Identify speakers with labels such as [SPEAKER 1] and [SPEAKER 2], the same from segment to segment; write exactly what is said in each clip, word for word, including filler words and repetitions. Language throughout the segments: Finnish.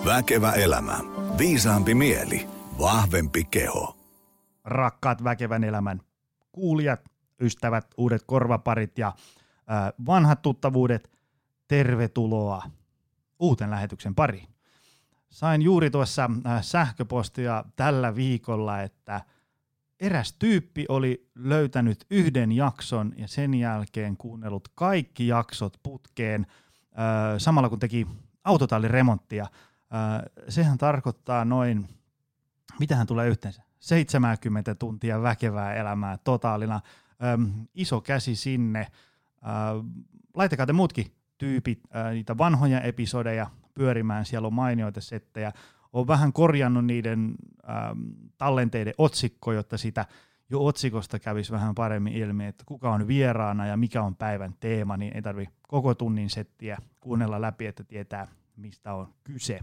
[SPEAKER 1] Väkevä elämä. Viisaampi mieli. Vahvempi keho.
[SPEAKER 2] Rakkaat Väkevän elämän kuulijat, ystävät, uudet korvaparit ja äh, vanhat tuttavuudet, tervetuloa uuden lähetyksen pariin. Sain juuri tuossa äh, sähköpostia tällä viikolla, että eräs tyyppi oli löytänyt yhden jakson ja sen jälkeen kuunnellut kaikki jaksot putkeen äh, samalla kun teki autotalliremonttia. Äh, sehän tarkoittaa noin, mitähän tulee yhteensä? seitsemänkymmentä tuntia väkevää elämää totaalina. Öm, iso käsi sinne. Ö, laittakaa te muutkin tyypit ö, niitä vanhoja episodeja pyörimään. Siellä on mainioita settejä. Olen vähän korjannut niiden ö, tallenteiden otsikko, jotta sitä jo otsikosta kävisi vähän paremmin ilmi, että kuka on vieraana ja mikä on päivän teema, niin ei tarvitse koko tunnin settiä kuunnella läpi, että tietää, mistä on kyse.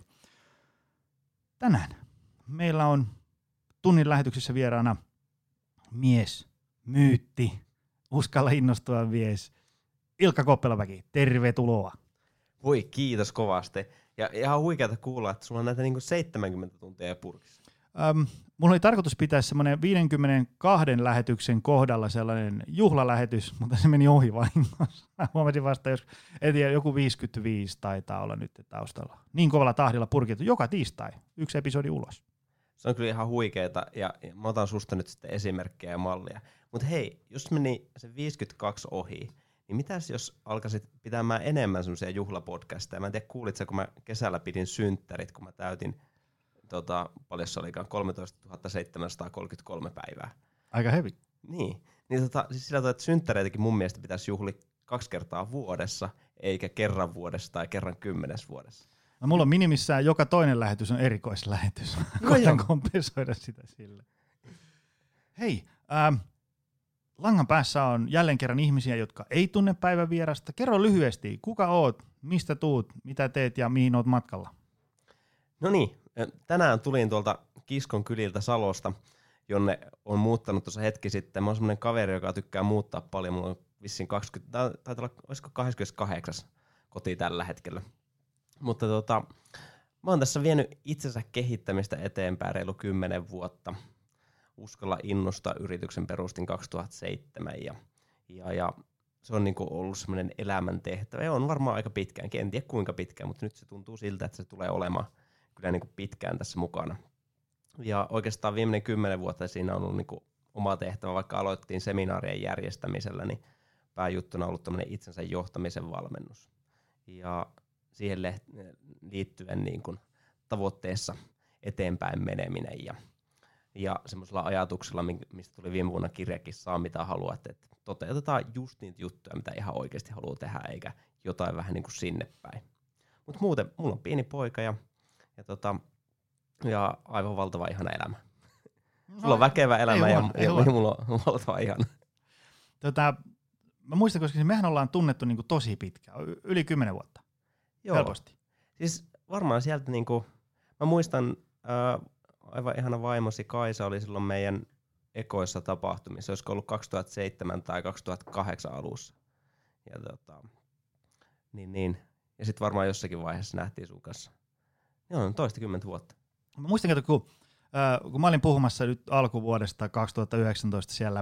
[SPEAKER 2] Tänään meillä on tunnin lähetyksessä vieraana mies, myytti, uskalla innostua mies, Ilkka Koppelanmäki, tervetuloa.
[SPEAKER 3] Voi kiitos kovasti. Ja ihan huikeata kuulla, että sulla on näitä niinku seitsemänkymmentä tuntia purkissa.
[SPEAKER 2] Öm, mulla oli tarkoitus pitää semmoinen viidenkymmenenkahden lähetyksen kohdalla sellainen juhlalähetys, mutta se meni ohi vahingossa. Huomasin vasta, jos en tiedä, joku viisikymmentäviisi taitaa olla nyt taustalla. Niin kovalla tahdilla purkittu joka tiistai, yksi episodi ulos.
[SPEAKER 3] Se on kyllä ihan huikeeta ja, ja mä otan susta nyt sitten esimerkkejä ja mallia. Mutta hei, jos meni se viisikymmentäkaksi ohi, niin mitäs jos alkaisit pitämään enemmän semmoisia juhlapodcasteja? Mä en tiedä, kuulitko, kun mä kesällä pidin synttärit, kun mä täytin, tota, paljon se olikaan, kolmetoistatuhatta seitsemänsataakolmekymmentäkolme päivää.
[SPEAKER 2] Aika hevi.
[SPEAKER 3] Niin, niin tota, siis sillä tavalla, että synttäreitäkin mun mielestä pitäisi juhli kaksi kertaa vuodessa, eikä kerran vuodessa tai kerran kymmenes vuodessa.
[SPEAKER 2] No, mulla on minimissään joka toinen lähetys on erikoislähetys.
[SPEAKER 3] No
[SPEAKER 2] koitan kompensoida sitä sille. Hei, ähm, langan päässä on jälleen kerran ihmisiä, jotka ei tunne päivän vierasta. Kerro lyhyesti, kuka oot, mistä tuut, mitä teet ja mihin oot matkalla?
[SPEAKER 3] No niin, tänään tulin tuolta Kiskon kyliltä Salosta, jonne on muuttanut tuossa hetki sitten. Mä oon semmonen kaveri, joka tykkää muuttaa paljon. Mulla on vissiin kaksikymmentä, taitaa olla, olisiko kaksikymmentäkahdeksan koti tällä hetkellä. Mutta tota, mä oon tässä vienyt itsensä kehittämistä eteenpäin reilu kymmenen vuotta. Uskalla innostaa yrityksen perustin kaksituhattaseitsemän ja, ja, ja se on niinku ollut semmoinen elämäntehtävä. Ja on varmaan aika pitkäänkin, en tiedä kuinka pitkään, mutta nyt se tuntuu siltä, että se tulee olemaan kyllä niinku pitkään tässä mukana. Ja oikeastaan viimeinen kymmenen vuotta siinä on ollut niinku oma tehtävä, vaikka aloittiin seminaarien järjestämisellä, niin pääjuttuna on ollut tämmöinen itsensä johtamisen valmennus. Ja siihen liittyen niin kuin tavoitteessa eteenpäin meneminen ja, ja semmoisella ajatuksella, mistä tuli viime vuonna kirjakin, saa mitä haluat, että toteutetaan just niitä juttuja, mitä ihan oikeasti haluaa tehdä, eikä jotain vähän niin kuin sinne päin. Mutta muuten, mulla on pieni poika ja, ja, tota, ja aivan valtava ihana elämä. No, sulla on väkevä elämä ja, ja, ja mulla on valtava ihana.
[SPEAKER 2] Tota, mä muistan, koska mehän ollaan tunnettu niin kuin tosi pitkään, yli kymmenen vuotta.
[SPEAKER 3] Joo. Helposti. Siis varmaan sieltä niinku, mä muistan ää, aivan ihana vaimosi Kaisa oli silloin meidän ekoissa tapahtumissa, olisiko ollut kaksituhattaseitsemän tai kaksituhattakahdeksan alussa. Ja tota, niin niin. Ja sit varmaan jossakin vaiheessa nähtiin sun kanssa. Joo, toistakymmentä vuotta.
[SPEAKER 2] Mä muistan, että kun, äh, kun mä olin puhumassa nyt alkuvuodesta kaksituhattayhdeksäntoista siellä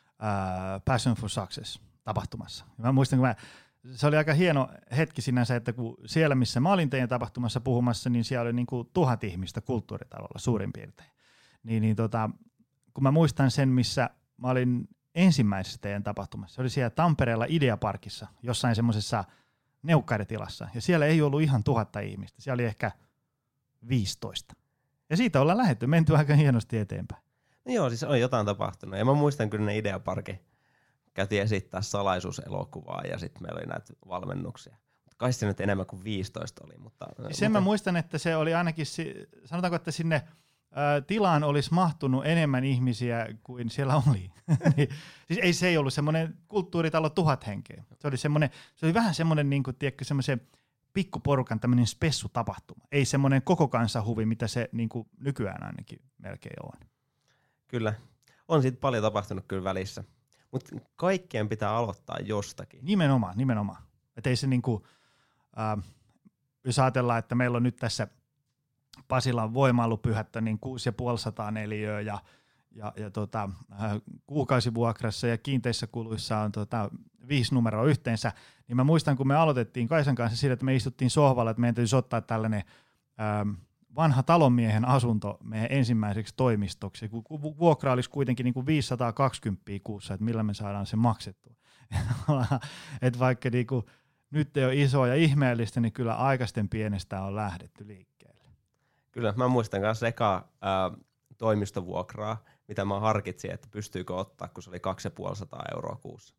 [SPEAKER 2] äh, Passion for Success -tapahtumassa. Ja mä muistan, kun mä se oli aika hieno hetki sinänsä, että kun siellä, missä mä olin teidän tapahtumassa puhumassa, niin siellä oli niin kuin tuhat ihmistä kulttuuritalolla suurin piirtein. Niin, niin tota, kun mä muistan sen, missä mä olin ensimmäisessä teidän tapahtumassa, se oli siellä Tampereella Ideaparkissa, jossain semmoisessa neukkaritilassa, ja siellä ei ollut ihan tuhatta ihmistä, siellä oli ehkä viisitoista. Ja siitä ollaan lähdetty, menty aika hienosti eteenpäin.
[SPEAKER 3] No joo, siis on jotain tapahtunut, ja mä muistan kyllä ne Ideaparkin. Käytiin esittää salaisuuselokuvaa ja sitten meillä oli näitä valmennuksia. Kai se nyt enemmän kuin viisitoista oli. Mutta,
[SPEAKER 2] sen
[SPEAKER 3] mutta...
[SPEAKER 2] mä muistan, että se oli ainakin, sanotaanko, että sinne ä, tilaan olisi mahtunut enemmän ihmisiä kuin siellä oli. niin, siis ei se ei ollut semmoinen kulttuuritalo tuhat henkeä. Se oli, semmoinen, se oli vähän semmoinen, niin kuin, tiedätkö, semmoisen pikkuporukan tämmöinen spessutapahtuma. Ei semmoinen koko kansanhuvi, mitä se niin kuin nykyään ainakin melkein on.
[SPEAKER 3] Kyllä. On siitä paljon tapahtunut kyllä välissä. Mutta kaikkien pitää aloittaa jostakin.
[SPEAKER 2] Nimenomaan, nimenomaan. Että ei se niinku, äh, jos ajatellaan, että meillä on nyt tässä Pasilan voimailupyhättö, niin kuusi ja puolisataa neliöä ja, ja, ja tota, äh, kuukausivuokrassa ja kiinteissä kuluissa on tota, viisi numeroa yhteensä. Niin mä muistan, kun me aloitettiin Kaisan kanssa sillä, että me istuttiin sohvalla, että meidän täytyisi ottaa tällainen ähm, vanha talonmiehen asunto meidän ensimmäiseksi toimistoksi, kun vuokra olisi kuitenkin niin kuin viisisataakaksikymmentä kuussa, että millä me saadaan se maksettua. Että vaikka niin kuin nyt ei ole isoa ja ihmeellistä, niin kyllä aikaisten pienestä on lähdetty liikkeelle.
[SPEAKER 3] Kyllä, mä muistan kanssa ekaa ää, toimistovuokraa, mitä mä harkitsin, että pystyykö ottaa, kun se oli kaksisataaviisikymmentä euroa kuussa.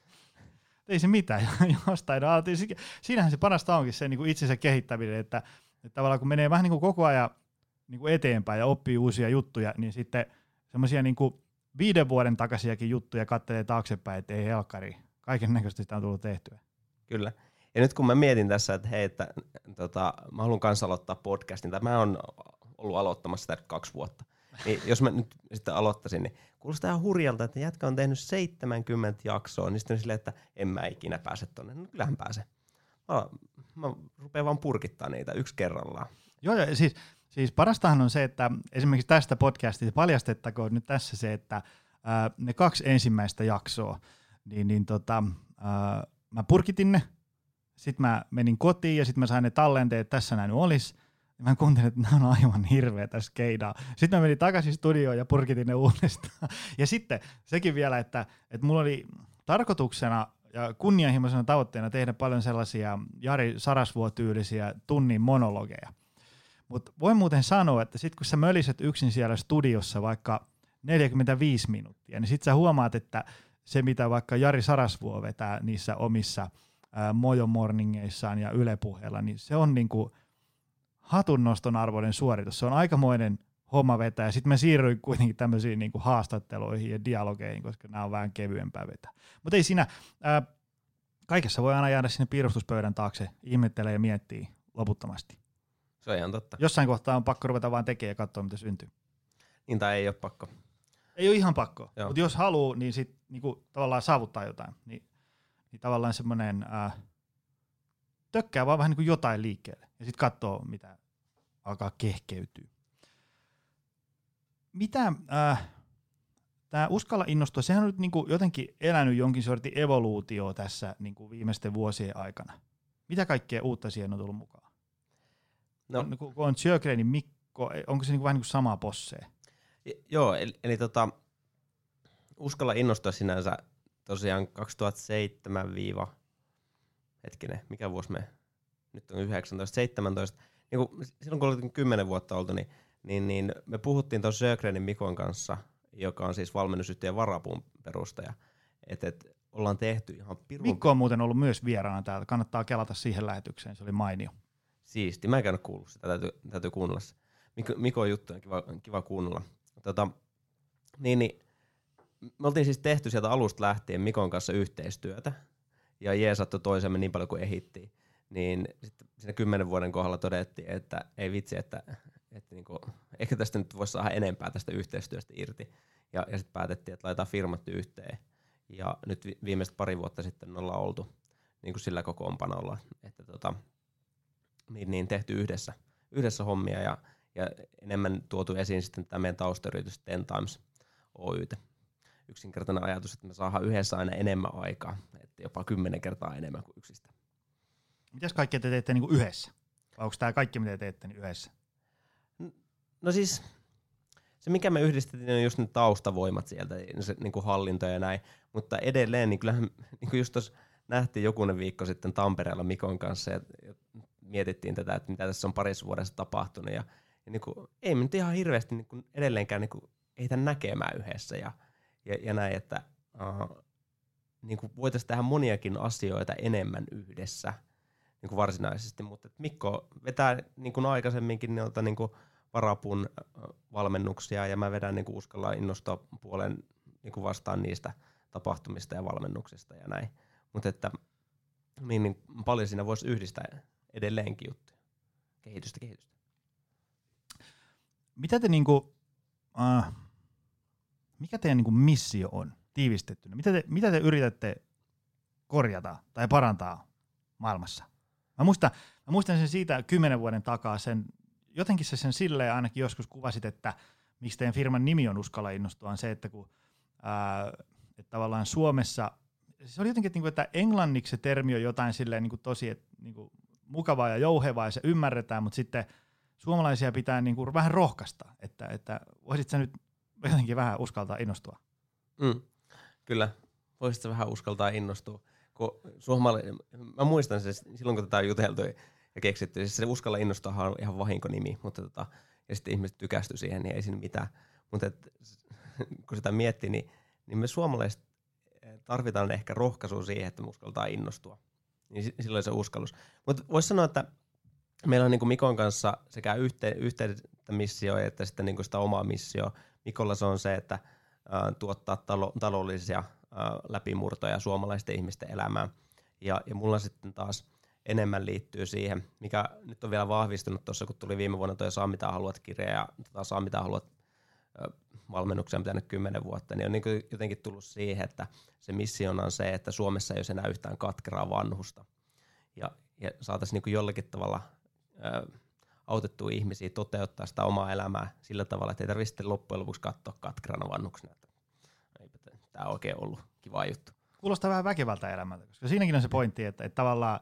[SPEAKER 2] Ei se mitään, jostain. Siinähän se parasta onkin se niin kuin itsensä kehittäminen, että, että tavallaan kun menee vähän niin kuin koko ajan niin kuin eteenpäin ja oppii uusia juttuja, niin sitten semmoisia niin kuin viiden vuoden takaisiakin juttuja katselee taaksepäin, että ei helkkari. Kaiken näköistä sitä on tullut tehtyä.
[SPEAKER 3] Kyllä. Ja nyt kun mä mietin tässä, että hei, että tota, mä haluan kanssa aloittaa podcastin, tai mä oon ollut aloittamassa sitä kaksi vuotta, niin jos mä nyt sitten aloittaisin, niin kuulostaa ihan hurjalta, että jätkä on tehnyt seitsemänkymmentä jaksoa, niin sitten on silleen, että en mä ikinä pääse tonne. No kyllähän pääse. Mä, mä rupean vaan purkittaa niitä yksi kerrallaan.
[SPEAKER 2] Joo, ja siis, siis parastahan on se, että esimerkiksi tästä podcastista paljastettakoon nyt tässä se, että ää, ne kaksi ensimmäistä jaksoa, niin, niin tota, ää, mä purkitin ne, sitten mä menin kotiin ja sitten mä sain ne tallenteet, että tässä näin olisi. Mä kuuntelin, että nämä on aivan hirveätä skeidaa. Sitten mä menin takaisin studioon ja purkitin ne uudestaan. Ja sitten sekin vielä, että, että mulla oli tarkoituksena ja kunnianhimoisena tavoitteena tehdä paljon sellaisia Jari Sarasvuo-tyylisiä tunnin monologeja. Mutta voin muuten sanoa, että sitten kun sä möliset yksin siellä studiossa vaikka neljäkymmentäviisi minuuttia, niin sitten sä huomaat, että se mitä vaikka Jari Sarasvuo vetää niissä omissa ää, Mojo Morningeissaan ja Yle Puheella, niin se on niinku hatunnoston arvoinen suoritus. Se on aikamoinen homma vetää, ja sitten mä siirryin kuitenkin tämmöisiin niinku haastatteluihin ja dialogeihin, koska nämä on vähän kevyempää vetää. Mutta ei siinä, ää, kaikessa voi aina jäädä sinne piirustuspöydän taakse, ihmettelee ja miettii loputtomasti.
[SPEAKER 3] Se on ihan totta.
[SPEAKER 2] Jossain kohtaa on pakko ruveta vaan tekemään ja katsoa, mitä syntyy.
[SPEAKER 3] Niin, tai ei ole pakko.
[SPEAKER 2] Ei ole ihan pakko, mutta jos haluaa, niin sitten niinku, tavallaan saavuttaa jotain, niin, niin tavallaan semmoinen ää, tökkää vaan vähän niin kuin jotain liikkeelle ja sitten katsoo, mitä alkaa kehkeytyä. Mitä äh, tämä uskalla innostua, sehän on nyt niinku jotenkin elänyt jonkin sortin evoluutioa tässä niinku viimeisten vuosien aikana. Mitä kaikkea uutta siihen on tullut mukaan? No. On, kun on Sjögrenin Mikko, onko se niinku vähän niin kuin samaa posseja?
[SPEAKER 3] Joo, eli, eli tota, uskalla innostua sinänsä tosiaan kaksituhattaseitsemän viiva hetkinen, mikä vuosi me nyt on yhdeksäntoista seitsemäntoista, niin kun, silloin kun oltiin kymmenen vuotta oltu, niin, niin, niin me puhuttiin tuon Sjögrenin Mikon kanssa, joka on siis valmennusyhtiön Varapuun perustaja, että et, ollaan tehty ihan pirun...
[SPEAKER 2] Mikko on muuten ollut myös vieraana täällä, kannattaa kelata siihen lähetykseen, se oli mainio.
[SPEAKER 3] Siisti, mä en käynyt kuullut sitä, täytyy, täytyy kuunnella se. Mikko, Mikon juttu on kiva, kiva kuunnella. Tota, niin, niin, me oltiin siis tehty sieltä alusta lähtien Mikon kanssa yhteistyötä ja jeesattu toisemme niin paljon kuin ehittiin. Niin sitten siinä kymmenen vuoden kohdalla todettiin, että ei vitsi, että, että niinku, ehkä tästä nyt voisi saada enempää tästä yhteistyöstä irti. Ja, ja sitten päätettiin, että laitetaan firmat yhteen. Ja nyt vi- viimeiset pari vuotta sitten ollaan oltu niin kuin sillä kokoonpanolla, että tota, niin, niin tehty yhdessä, yhdessä hommia ja Ja enemmän tuotu esiin sitten tämä meidän taustayritys Ten Times Oy:tä. Yksinkertainen ajatus, että me saadaan yhdessä aina enemmän aikaa, että jopa kymmenen kertaa enemmän kuin yksistä.
[SPEAKER 2] Mitäs kaikkea te teette niinku yhdessä? Vai onko tämä kaikki, mitä te teette, niin yhdessä?
[SPEAKER 3] No siis se, mikä me yhdistettiin, on just ne taustavoimat sieltä, se niin kuin hallinto ja näin. Mutta edelleen, niin kyllähän niin kuin just tuossa nähtiin jokunen viikko sitten Tampereella Mikon kanssa ja, ja mietittiin tätä, että mitä tässä on parissa vuodessa tapahtunut. Ja, ja niin kuin, ei me nyt ihan hirveästi niin kuin edelleenkään niin kuin, ei tämän näkemään yhdessä ja, ja, ja näin, että uh, niin kuin voitaisiin tehdä moniakin asioita enemmän yhdessä niin kuin varsinaisesti. Mutta Mikko vetää niin kuin aikaisemminkin niiltä niin kuin Varapun valmennuksia ja mä vedän niin kuin uskalla innostaa puolen niin kuin vastaan niistä tapahtumista ja valmennuksista ja näin. Mutta että niin, niin paljon siinä voisi yhdistää edelleenkin juttuja. Kehitystä, kehitystä.
[SPEAKER 2] Mitä te niinku, uh, mikä teidän niinku missio on tiivistettynä? Mitä te, mitä te yritätte korjata tai parantaa maailmassa? Mä muistan, mä muistan sen siitä kymmenen vuoden takaa sen jotenkin se sen silleen ainakin joskus kuvasit, että miksi teidän firman nimi on Uskalla innostua, on se, että kun ää, että tavallaan Suomessa, se oli jotenkin, että englanniksi se termi on jotain silleen niin kuin tosi että, niin kuin mukavaa ja jouhevaa ja se ymmärretään, mutta sitten suomalaisia pitää niin kuin vähän rohkaista, että, että voisit sä nyt jotenkin vähän uskaltaa innostua?
[SPEAKER 3] Mm, kyllä, voisit sä vähän uskaltaa innostua. Kun suomalainen, mä muistan se silloin, kun tätä on juteltu ja keksitty, siis se Uskalla innostua on ihan vahinkonimi, mutta tota, ja sitten ihmiset tykästy siihen, niin ei siinä mitään. Mutta kun sitä miettii, niin, niin me suomalaiset tarvitaan ehkä rohkaisua siihen, että me uskaltaa innostua. Niin silloin se uskallus. Mutta voisi sanoa, että meillä on niin kuin Mikon kanssa sekä yhte, yhteistä missioa että sitten niin kuin sitä omaa missioa. Mikolla se on se, että äh, tuottaa talo, taloudellisia äh, läpimurtoja suomalaisten ihmisten elämään. Ja, ja mulla sitten taas enemmän liittyy siihen, mikä nyt on vielä vahvistunut tuossa, kun tuli viime vuonna tuo Saa mitä haluat -kirja ja tota Saa mitä haluat äh, valmennuksia pitänyt kymmenen vuotta, niin on niin kuin jotenkin tullut siihen, että se missiona on se, että Suomessa ei ole enää yhtään katkeraa vanhusta. Ja, ja saataisiin niin kuin jollakin tavalla ö, autettua ihmisiä toteuttaa sitä omaa elämää sillä tavalla, että ei tarvitse sitten loppujen lopuksi katsoa katkerana vanhuksena, että eipä tämä on oikein ollut kiva juttu.
[SPEAKER 2] Kuulostaa vähän väkevältä elämältä, koska siinäkin on se pointti, että, että tavallaan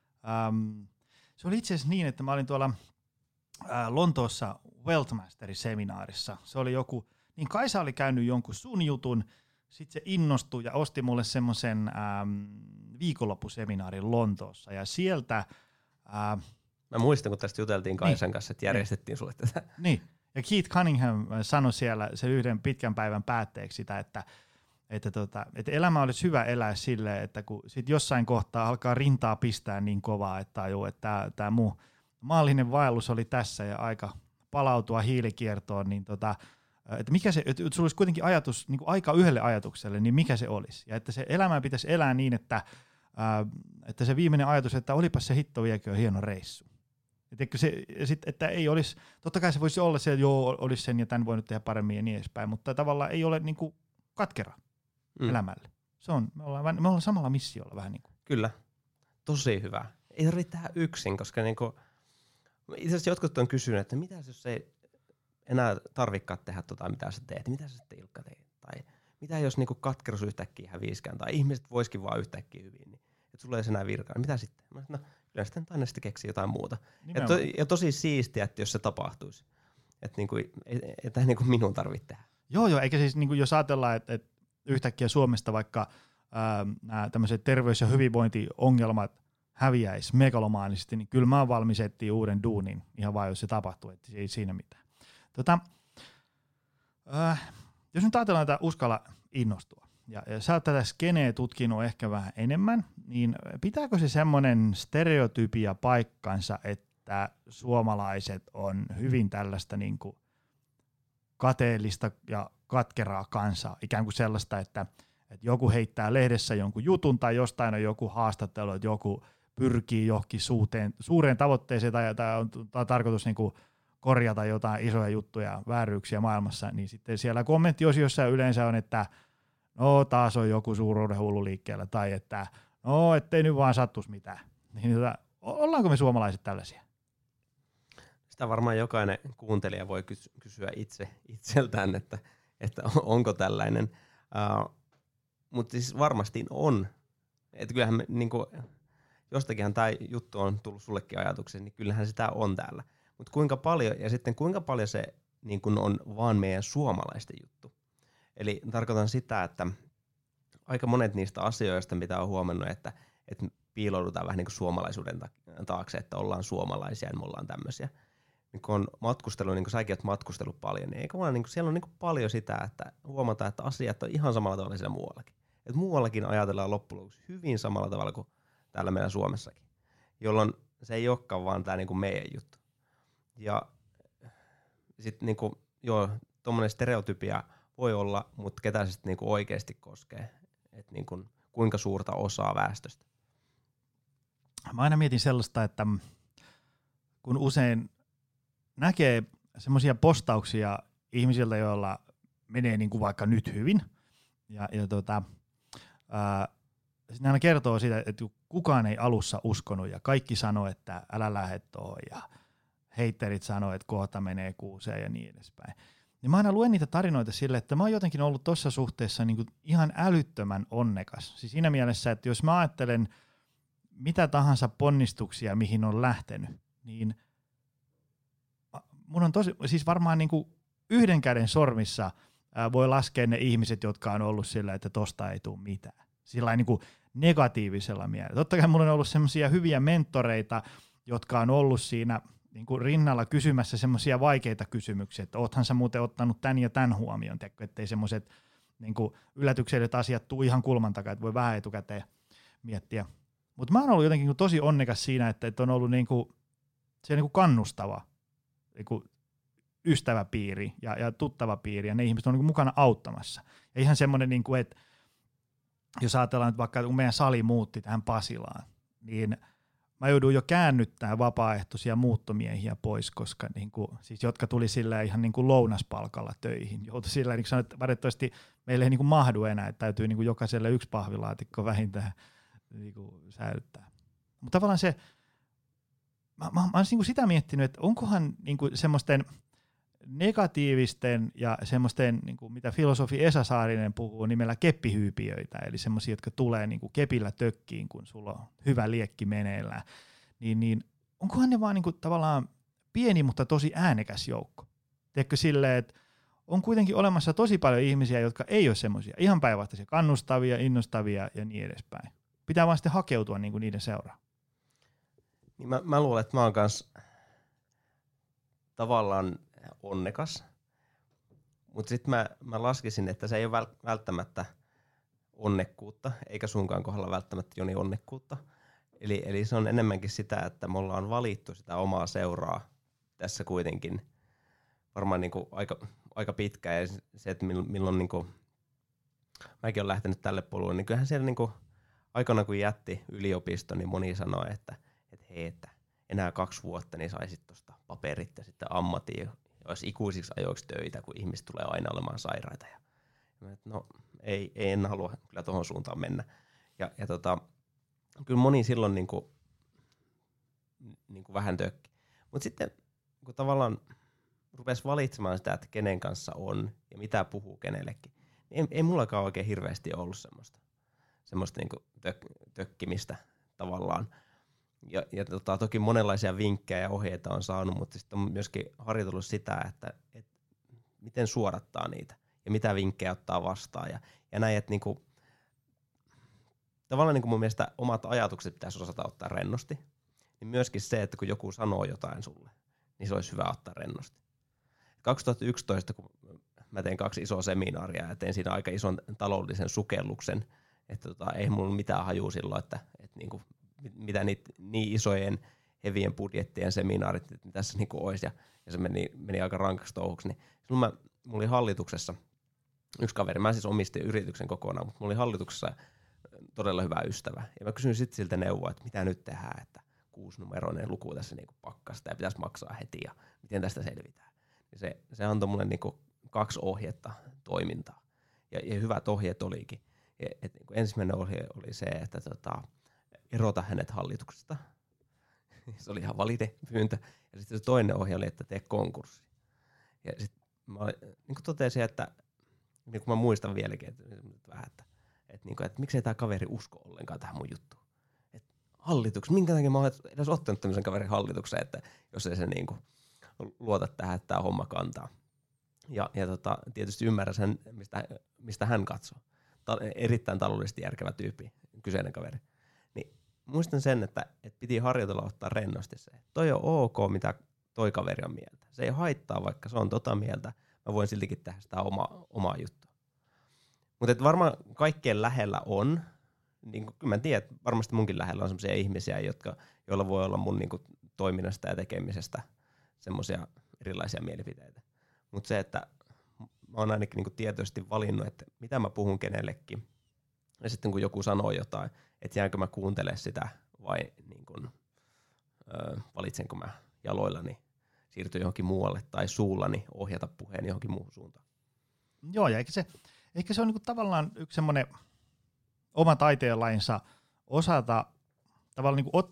[SPEAKER 2] äm, se oli itse asiassa niin, että mä olin tuolla ää, Lontoossa Wealthmastery-seminaarissa. Se oli joku, niin Kaisa oli käynyt jonkun sun jutun, sitten se innostui ja osti mulle semmoisen ähm, viikonloppuseminaarin Lontoossa ja sieltä... Äh,
[SPEAKER 3] Mä muistan, kun tästä juteltiin Kaisan niin, kanssa, että järjestettiin niin, sulle tätä.
[SPEAKER 2] Niin, ja Keith Cunningham sanoi siellä se yhden pitkän päivän päätteeksi sitä, että, että, tota, että elämä olisi hyvä elää silleen, että kun sit jossain kohtaa alkaa rintaa pistää niin kovaa, että tajuu, että tämä muu maallinen vaellus oli tässä ja aika palautua hiilikiertoon, niin tota, että mikä se, että sulla olisi kuitenkin ajatus, niin kuin aika yhdelle ajatukselle, niin mikä se olisi? Ja että se elämä pitäisi elää niin, että, ää, että se viimeinen ajatus, että olipas se hitto vieköön hieno reissu. Et se, sit, että ei olisi, totta kai se voisi olla se, että joo, olisi sen ja tämän voinut tehdä paremmin ja niin edespäin, mutta tavallaan ei ole niin kuin katkera mm. elämälle. Se on, me ollaan, me ollaan samalla missiolla vähän niin kuin.
[SPEAKER 3] Kyllä, tosi hyvä. Ei tarvitse tehdä yksin, koska niin kuin, itse asiassa jotkut on kysynyt, että mitä jos ei enää tarvikaan tehdä tota, mitä sä teet, mitä sä sitten Ilkka teet, tai mitä jos niinku katkeruus yhtäkkiä häviiskään, tai ihmiset voisikin vaan yhtäkkiä hyvin, niin että sulla ei enää virkaa, niin mitä sitten? Mä sanoin, no kyllä sitten aina sitten keksii jotain muuta. Ja, to, ja tosi siistiä, että jos se tapahtuisi, että niinku, ei, ei tähän niinku minun tarvitse tehdä.
[SPEAKER 2] Joo, joo, eikä siis niinku jos ajatellaan, että, että yhtäkkiä Suomesta vaikka nämä tämmöiset terveys- ja hyvinvointiongelmat häviäisi megalomaanisesti, niin kyllä mä oon valmis etsiä uuden duunin ihan vaan, jos se tapahtuu, että ei siinä mitään. Tota, äh, jos nyt ajatellaan tätä Uskalla innostua, ja, ja sä oot tätä skeneä tutkinut ehkä vähän enemmän, niin pitääkö se semmoinen stereotypia paikkansa, että suomalaiset on hyvin tällaista niin kuin kateellista ja katkeraa kansaa, ikään kuin sellaista, että, että joku heittää lehdessä jonkun jutun tai jostain on joku haastattelu, että joku pyrkii johonkin suureen, suureen tavoitteeseen tai, tai on, tai on tarkoitus niin kuin korjata jotain isoja juttuja, vääryyksiä maailmassa, niin sitten siellä kommenttiosiossa yleensä on, että no taas on joku suuruuden hullu liikkeellä, tai että no ettei nyt vaan sattuisi mitään. Niin, tota, ollaanko me suomalaiset tällaisia?
[SPEAKER 3] Sitä varmaan jokainen kuuntelija voi kysyä itse itseltään, että, että onko tällainen. Uh, mutta siis varmasti on. Että kyllähän me, niin kuin, jostakinhan tämä juttu on tullut sullekin ajatukseen, niin kyllähän sitä on täällä. Mutta kuinka paljon, ja sitten kuinka paljon se niin kun on vaan meidän suomalaisten juttu. Eli tarkoitan sitä, että aika monet niistä asioista, mitä on huomannut, että, että piiloudutaan vähän niin kuin suomalaisuuden taakse, että ollaan suomalaisia ja me ollaan tämmöisiä. Niin kun on matkustelu, niin kuin säkin oot matkustellut paljon, niin, vaan, niin siellä on niin paljon sitä, että huomataan, että asiat on ihan samalla tavalla siellä muuallakin. Et muuallakin ajatellaan loppujen lopuksi hyvin samalla tavalla kuin täällä meillä Suomessakin, jolloin se ei olekaan vaan tämä niin kuin meidän juttu. Ja sitten niinku, joo, tuommoinen stereotypia voi olla, mutta ketä se sitten niinku oikeasti koskee, että niinku, kuinka suurta osaa väestöstä.
[SPEAKER 2] Mä aina mietin sellaista, että kun usein näkee semmoisia postauksia ihmisiltä, joilla menee niinku vaikka nyt hyvin, ja, ja tota, ää, sitten aina kertoo siitä, että kukaan ei alussa uskonut, ja kaikki sanoo, että älä lähde tuohon, ja heitterit sanoo, että kohta menee kuuseen ja niin edespäin. Niin mä aina luen niitä tarinoita sille, että mä oon jotenkin ollut tuossa suhteessa niin kuin ihan älyttömän onnekas. Siis siinä mielessä, että jos mä ajattelen mitä tahansa ponnistuksia, mihin on lähtenyt, niin mun on tosi, siis varmaan niin kuin yhden käden sormissa ää, voi laskea ne ihmiset, jotka on ollut sillä, että tosta ei tule mitään. Sillä niin kuin negatiivisella mielellä. Totta kai mulla on ollut semmoisia hyviä mentoreita, jotka on ollut siinä niin kuin rinnalla kysymässä semmoisia vaikeita kysymyksiä, että oothan sä muuten ottanut tän ja tän huomioon, teikö, ettei semmoiset niin kuin yllätykselliset asiat tuu ihan kulman takaa, että voi vähän etukäteen miettiä. Mutta mä oon ollut jotenkin tosi onnekas siinä, että, että on ollut niin kuin, se niin kuin kannustava niin kuin ystäväpiiri ja, ja tuttava piiri, ja ne ihmiset on niin kuin mukana auttamassa. Ja ihan semmoinen, niin kuin, että jos ajatellaan, että vaikka kun meidän sali muutti tähän Pasilaan, niin mä jouduin jo käännyttämään vapaaehtoisia muuttomiehiä pois, koska niin kuin, siis jotka tuli sillä ihan niin kuin lounaspalkalla töihin. Joutui sillä niin kuin sanoa, että valitettavasti meille ei niin kuin mahdu enää, että täytyy niin kuin jokaiselle yksi pahvilaatikko vähintään niin kuin säilyttää. Mutta tavallaan se, mä, mä, mä olisin niin kuin sitä miettinyt, että onkohan niin kuin semmoisten negatiivisten ja semmoisten, niin kuin mitä filosofi Esa Saarinen puhuu nimellä keppihyypiöitä, eli semmoisia, jotka tulee niin kuin kepillä tökkiin, kun sulla on hyvä liekki meneillään, niin, niin onkohan ne vaan niin kuin tavallaan pieni, mutta tosi äänekäs joukko? Tiedätkö silleen, että on kuitenkin olemassa tosi paljon ihmisiä, jotka ei ole semmoisia ihan päinvastaisia, kannustavia, innostavia ja niin edespäin. Pitää vaan sitten hakeutua niin kuin niiden seuraan.
[SPEAKER 3] Niin mä, mä luulen, että mä oon kans tavallaan onnekas, mutta sitten mä, mä laskisin, että se ei ole välttämättä onnekkuutta, eikä sunkaan kohdalla välttämättä Joni onnekkuutta. Eli, eli se on enemmänkin sitä, että me ollaan valittu sitä omaa seuraa tässä kuitenkin varmaan niinku aika, aika pitkään. Ja se, että milloin, milloin niinku, mäkin olen lähtenyt tälle polulle, niin kyllähän siellä niinku, aikana kun jätti yliopisto, niin moni sanoi, että, että hei, että enää kaksi vuotta, niin saisit tuosta paperit ja sitten ammatin, olisi ikuisiksi ajoiksi töitä, kun ihmiset tulee aina olemaan sairaita. Ja, ja no ei, ei en halua kyllä tuohon suuntaan mennä. Ja, ja tota, kyllä moni silloin niinku, niinku vähän tökki. Mutta sitten kun tavallaan rupesi valitsemaan sitä, että kenen kanssa on ja mitä puhuu kenellekin, niin ei, ei mullakaan oikein hirveästi ollut semmoista, semmoista niinku tök, tökkimistä tavallaan. Ja, ja tota, toki monenlaisia vinkkejä ja ohjeita on saanut, mutta sitten on myöskin harjoitellut sitä, että et miten suodattaa niitä ja mitä vinkkejä ottaa vastaan. Ja, ja näin, että niinku, tavallaan niinku mun mielestä omat ajatukset pitäisi osata ottaa rennosti. Niin myöskin se, että kun joku sanoo jotain sulle, niin se olisi hyvä ottaa rennosti. kaksituhattayksitoista, kun mä tein kaksi isoa seminaaria ja tein siinä aika ison taloudellisen sukelluksen, että tota, ei mulla mitään hajua silloin, että, että niinku, mitä niitä niin isojen hevien budjettien seminaarit että tässä niinku olisi, ja, ja se meni, meni aika rankaksi touhuksi. Niin silloin mä, mulla oli hallituksessa yksi kaveri, mä siis omistin yrityksen kokonaan, mutta mulla oli hallituksessa todella hyvä ystävä. Ja mä kysyin sitten siltä neuvoa, että mitä nyt tehdään, että kuusinumeroinen luku tässä niinku pakkasta ja pitäisi maksaa heti ja miten tästä selvitään. Ja se, se antoi mulle niinku kaksi ohjetta toimintaa. Ja, ja hyvät ohjeet olikin. Ja, et niinku ensimmäinen ohje oli se, että tota, erota hänet hallituksesta. Se oli ihan valide pyyntö. Ja sitten se toinen ohje oli, että tee konkurssi. Ja sitten mä niin totesin, että niin kuin mä muistan vieläkin, että, vähän, että, että, niin kuin, että miksei tämä kaveri usko ollenkaan tähän mun juttuun. Että hallituksessa, minkä takia mä oon edes ottanut tämmöisen kaverin hallitukseen, että jos ei se niin kuin luota tähän, että tämä homma kantaa. Ja, ja tota, tietysti ymmärrän sen, mistä, mistä hän katsoo. Ta- erittäin taloudellisesti järkevä tyyppi, kyseinen kaveri. Niin muistan sen, että, että piti harjoitella ottaa rennosti se. Toi on ok, mitä toi kaveri on mieltä. Se ei haittaa, vaikka se on tota mieltä. Mä voin siltikin tehdä sitä oma, omaa juttua. Mutta varmaan kaikkien lähellä on, niin kyllä mä tiedän, että varmasti munkin lähellä on sellaisia ihmisiä, jotka, joilla voi olla mun niin kuin, toiminnasta ja tekemisestä semmoisia erilaisia mielipiteitä. Mutta se, että mä oon ainakin niin kuin tietoisesti valinnut, että mitä mä puhun kenellekin. Ja sitten kun joku sanoo jotain, että jäänkö mä kuuntelemaan sitä vai niin kun, öö, valitsenko mä jaloillani siirtyä johonkin muualle tai suullani ohjata puheen johonkin muuhun suuntaan.
[SPEAKER 2] Joo, ja ehkä se, ehkä se on niinku tavallaan yksi semmoinen oma taiteenlajinsa osata tavallaan niinku ottaa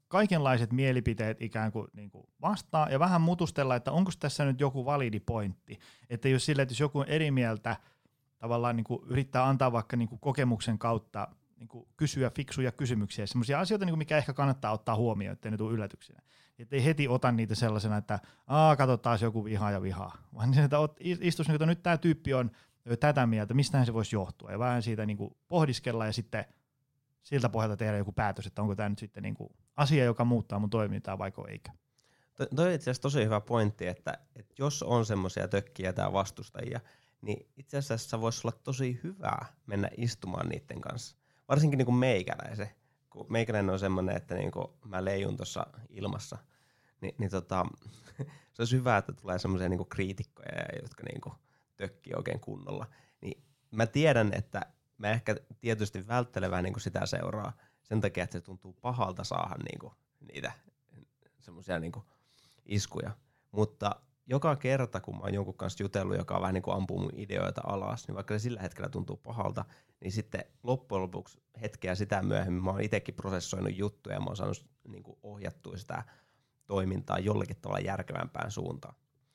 [SPEAKER 2] kaikenlaiset mielipiteet ikään kuin, niin kuin vastaan ja vähän mutustella, että onko tässä nyt joku validi pointti. Että jos sillä, että jos joku on eri mieltä, tavallaan niin kuin yrittää antaa vaikka niin kuin kokemuksen kautta niin kuin kysyä fiksuja kysymyksiä, sellaisia asioita, niin kuin mikä ehkä kannattaa ottaa huomioon, ettei ne tule yllätyksenä. Että ei heti ota niitä sellaisena, että aah, kato taas joku vihaa ja vihaa, vaan niin, että istus, että nyt tämä tyyppi on tätä mieltä, mistähän se voisi johtua, ja vähän siitä niin kuin pohdiskella ja sitten siltä pohjalta tehdä joku päätös, että onko tämä nyt sitten niin kuin asia, joka muuttaa mun toimintaa vaiko eikö.
[SPEAKER 3] Toi on itse asiassa tosi hyvä pointti, että, että jos on semmoisia tökkiä tai vastustajia, niin itse asiassa voisi olla tosi hyvää mennä istumaan niiden kanssa. Varsinkin niin kuin meikäläisen, kun meikäläinen on semmoinen, että niin kuin mä leijun tuossa ilmassa, niin, niin tota, se olisi hyvä, että tulee semmoisia niin kuin kriitikkoja, jotka niin kuin tökkii oikein kunnolla. Niin mä tiedän, että mä ehkä tietysti välttelevään niin kuin sitä seuraa sen takia, että se tuntuu pahalta saada niin kuin niitä semmoisia niin kuin iskuja. Mutta joka kerta, kun mä oon jonkun kanssa jutellut, joka on vähän niin kuin ampuu mun ideoita alas, niin vaikka se sillä hetkellä tuntuu pahalta, niin sitten loppujen lopuksi hetkeä sitä myöhemmin mä oon itsekin prosessoinut juttuja ja mä oon saanut niin kuin ohjattua sitä toimintaa jollakin tavalla järkevämpään suuntaan.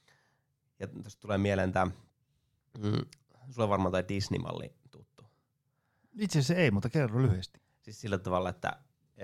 [SPEAKER 3] Ja tästä tulee mieleen tämä, mm, sulla on varmaan toi Disney-malli tuttu.
[SPEAKER 2] Itse asiassa ei, mutta kerro lyhyesti.
[SPEAKER 3] Siis sillä tavalla, että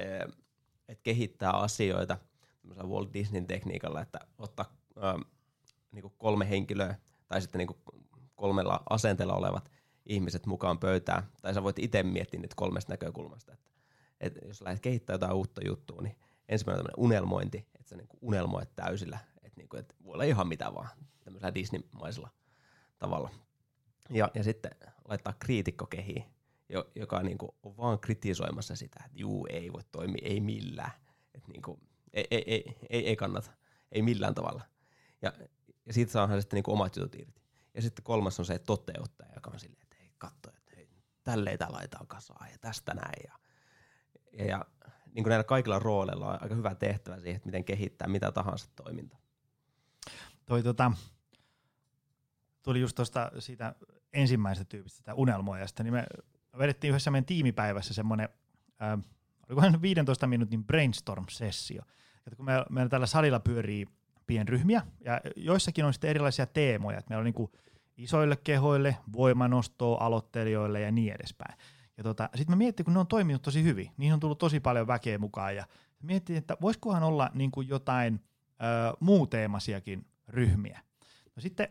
[SPEAKER 3] et kehittää asioita Walt Disneyn tekniikalla, että ottaa äh, niinku kolme henkilöä tai sitten niinku kolmella asenteella olevat ihmiset mukaan pöytään. Tai sä voit itse miettiä niitä kolmesta näkökulmasta. Että, et jos lähdet kehittämään jotain uutta juttua, niin ensimmäinen on unelmointi, että sä niinku unelmoit täysillä. Että niinku, et voi olla ihan mitä vaan tämmöisellä Disney-maisella tavalla. Ja, ja sitten laittaa kriitikko kehiin, joka niinku on vaan kritisoimassa sitä, että juu, ei voi toimia, ei millään. Että niinku, ei, ei, ei, ei, ei kannata, ei millään tavalla. Ja, ja siitä saadaan sitten niinku omat jutut irti. Ja sitten kolmas on se toteuttaja, joka on silleen, että hei, katso, että hei, tälleen tää laitetaan kasaan ja tästä näin. Ja, ja, ja niin kuin näillä kaikilla rooleilla on aika hyvä tehtävä siihen, että miten kehittää mitä tahansa toimintaa.
[SPEAKER 2] Toi tota, tuli just tuosta siitä ensimmäisestä tyypistä, sitä unelmoijasta, niin me vedettiin yhdessä meidän tiimipäivässä semmoinen, äh, olikohan viisitoista minuutin brainstorm-sessio. Että kun meillä, meillä tällä salilla pyörii pienryhmiä, ja joissakin on sitten erilaisia teemoja, että meillä on niinku isoille kehoille, voimanostoa, aloittelijoille ja niin edespäin. Ja tota, sitten mä miettin, kun ne on toiminut tosi hyvin, niihin on tullut tosi paljon väkeä mukaan, ja miettin, että voisikohan olla niinku jotain ö, muuteemasiakin ryhmiä. No sitten,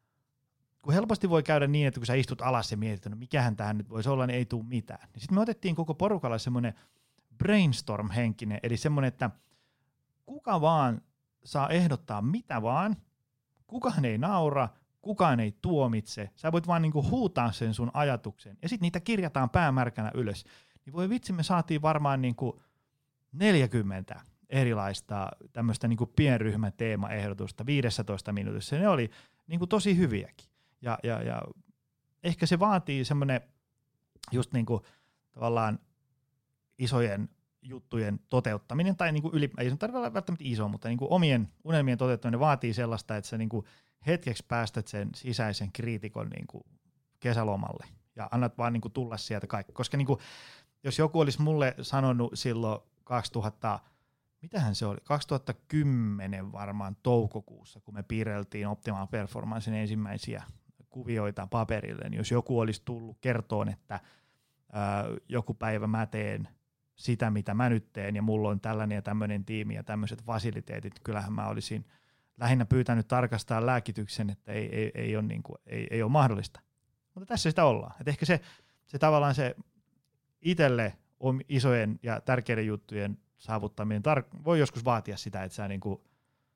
[SPEAKER 2] kun helposti voi käydä niin, että kun sä istut alas ja mietit, no mikähän tähän nyt voisi olla, niin ei tule mitään. Niin sitten me otettiin koko porukalla semmoinen brainstorm-henkinen, eli semmoinen, että kuka vaan saa ehdottaa mitä vaan, kukaan ei naura, kukaan ei tuomitse, sä voit vaan niinku huutaa sen sun ajatuksen, ja sitten niitä kirjataan päämärkänä ylös. Niin voi vitsi, me saatiin varmaan niinku neljäkymmentä erilaista tämmöistä niinku pienryhmäteemaehdotusta viidessätoista minuutissa, ja ne oli niinku tosi hyviäkin. Ja, ja, ja ehkä se vaatii semmoinen just niinku tavallaan isojen juttujen toteuttaminen, tai niinku yli, ei se tarvitse olla välttämättä iso, mutta niinku omien unelmien toteuttaminen vaatii sellaista, että sä niinku hetkeksi päästät sen sisäisen kriitikon niinku kesälomalle ja annat vaan niinku tulla sieltä kaikki. Koska niinku, jos joku olisi mulle sanonut silloin kaksituhatta, mitähän se oli, kaksituhattakymmenen varmaan toukokuussa, kun me piirreltiin Optimal Performancen ensimmäisiä kuvioita paperille, niin jos joku olisi tullut kertoon, että ää, joku päivä mä teen sitä, mitä mä nyt teen, ja mulla on tällainen ja tämmöinen tiimi ja tämmöiset fasiliteetit, kyllähän mä olisin lähinnä pyytänyt tarkastaa lääkityksen, että ei, ei, ei, ole, niin kuin, ei, ei ole mahdollista. Mutta tässä sitä ollaan. Et ehkä se, se tavallaan se itselle isojen ja tärkeiden juttujen saavuttaminen tar- voi joskus vaatia sitä, että sä niin kuin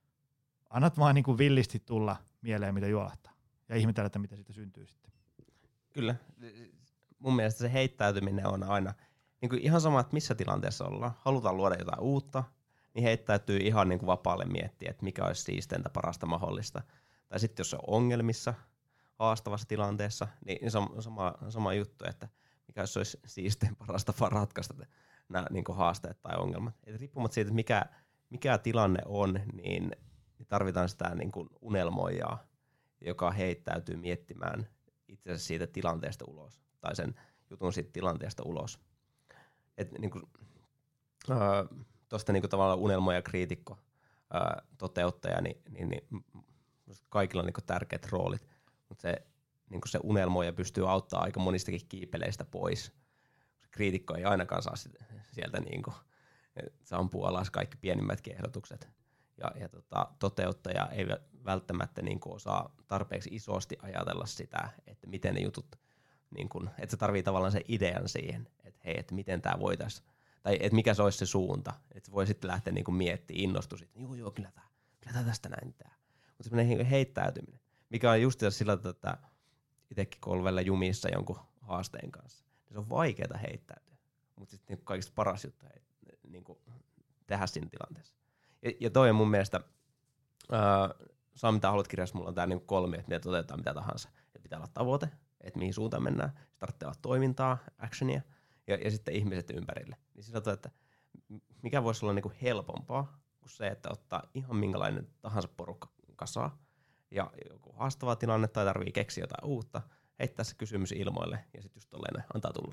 [SPEAKER 2] annat vaan niin kuin villisti tulla mieleen, mitä juolahtaa, ja ihmetellä, että mitä siitä syntyy sitten.
[SPEAKER 3] Kyllä. Mun mielestä se heittäytyminen on aina niin kuin ihan sama, että missä tilanteessa ollaan. Halutaan luoda jotain uutta, niin heittäytyy ihan niin kuin vapaalle miettiä, että mikä olisi siisteintä parasta mahdollista. Tai sitten jos on ongelmissa, haastavassa tilanteessa, niin se on sama, sama juttu, että mikä jos olisi siistein parasta vaan ratkaista nämä niin kuin haasteet tai ongelmat. Et riippumatta siitä, että mikä, mikä tilanne on, niin tarvitaan sitä niin kuin unelmoijaa, joka heittäytyy miettimään itse asiassa siitä tilanteesta ulos, tai sen jutun siitä tilanteesta ulos. Et, niin kuin, äh, tuosta niinku tavallaan unelmo ja kriitikko ää, toteuttaja, niin, niin, niin kaikilla on niinku tärkeät roolit, mutta se, niinku se unelmoija pystyy auttamaan aika monistakin kiipeleistä pois. Se kriitikko ei ainakaan saa sieltä niinku, se ampuu alas kaikki pienimmätkin ehdotukset. Ja, ja tota, toteuttaja ei välttämättä niinku osaa tarpeeksi isosti ajatella sitä, että miten ne jutut, niinku, että se tarvii tavallaan sen idean siihen, että hei, että miten tämä voitaisiin, tai että mikä se olisi se suunta, että se voi sitten lähteä niinku miettimään, innostua sitten, joo joo, kyllä tämä, kyllä tämä tästä näin tää. Mutta semmoinen heittäytyminen, mikä on just sillä, että itsekin kun on välillä jumissa jonkun haasteen kanssa, niin se on vaikeaa heittäytyä, mutta sitten niinku kaikista paras juttu niinku, tehdä siinä tilanteessa. Ja, ja toi on mun mielestä, ää, saa mitä haluat kirjassa, mulla on tää niinku kolmi, että mitä toteutetaan mitä tahansa. Et pitää olla tavoite, että mihin suuntaan mennään, sitten tarvitsee olla toimintaa, actionia, ja, ja sitten ihmiset ympärille. Niin sillä että mikä voisi olla niinku helpompaa kuin se, että ottaa ihan minkälainen tahansa porukka kasaa, ja joku haastava tilanne tai tarvii keksiä jotain uutta, heittää se kysymys ilmoille, ja sitten just tolleen antaa tulla.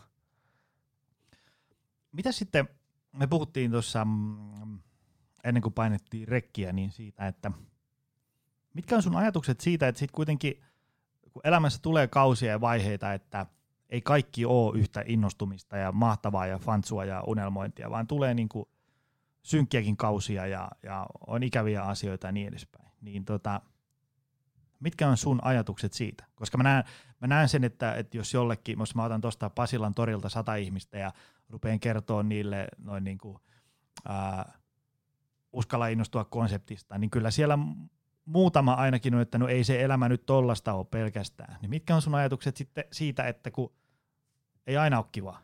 [SPEAKER 2] Mitä sitten, me puhuttiin tuossa mm, ennen kuin painettiin rekkiä, niin siitä, että mitkä on sun ajatukset siitä, että sit kuitenkin kun elämässä tulee kausia ja vaiheita, että ei kaikki ole yhtä innostumista ja mahtavaa ja fantsua ja unelmointia, vaan tulee niinku synkkiäkin kausia ja, ja on ikäviä asioita ja niin edespäin. Niin tota, mitkä on sun ajatukset siitä? Koska mä näen, mä näen sen, että, että jos jollekin, jos mä otan tuosta Pasilan torilta sata ihmistä ja rupean kertoa niille noin niinku, ää, uskalla innostua konseptista, niin kyllä siellä muutama ainakin on, että no ei se elämä nyt tollasta ole pelkästään. Niin mitkä on sun ajatukset sitten siitä, että kun ei aina ole kivaa?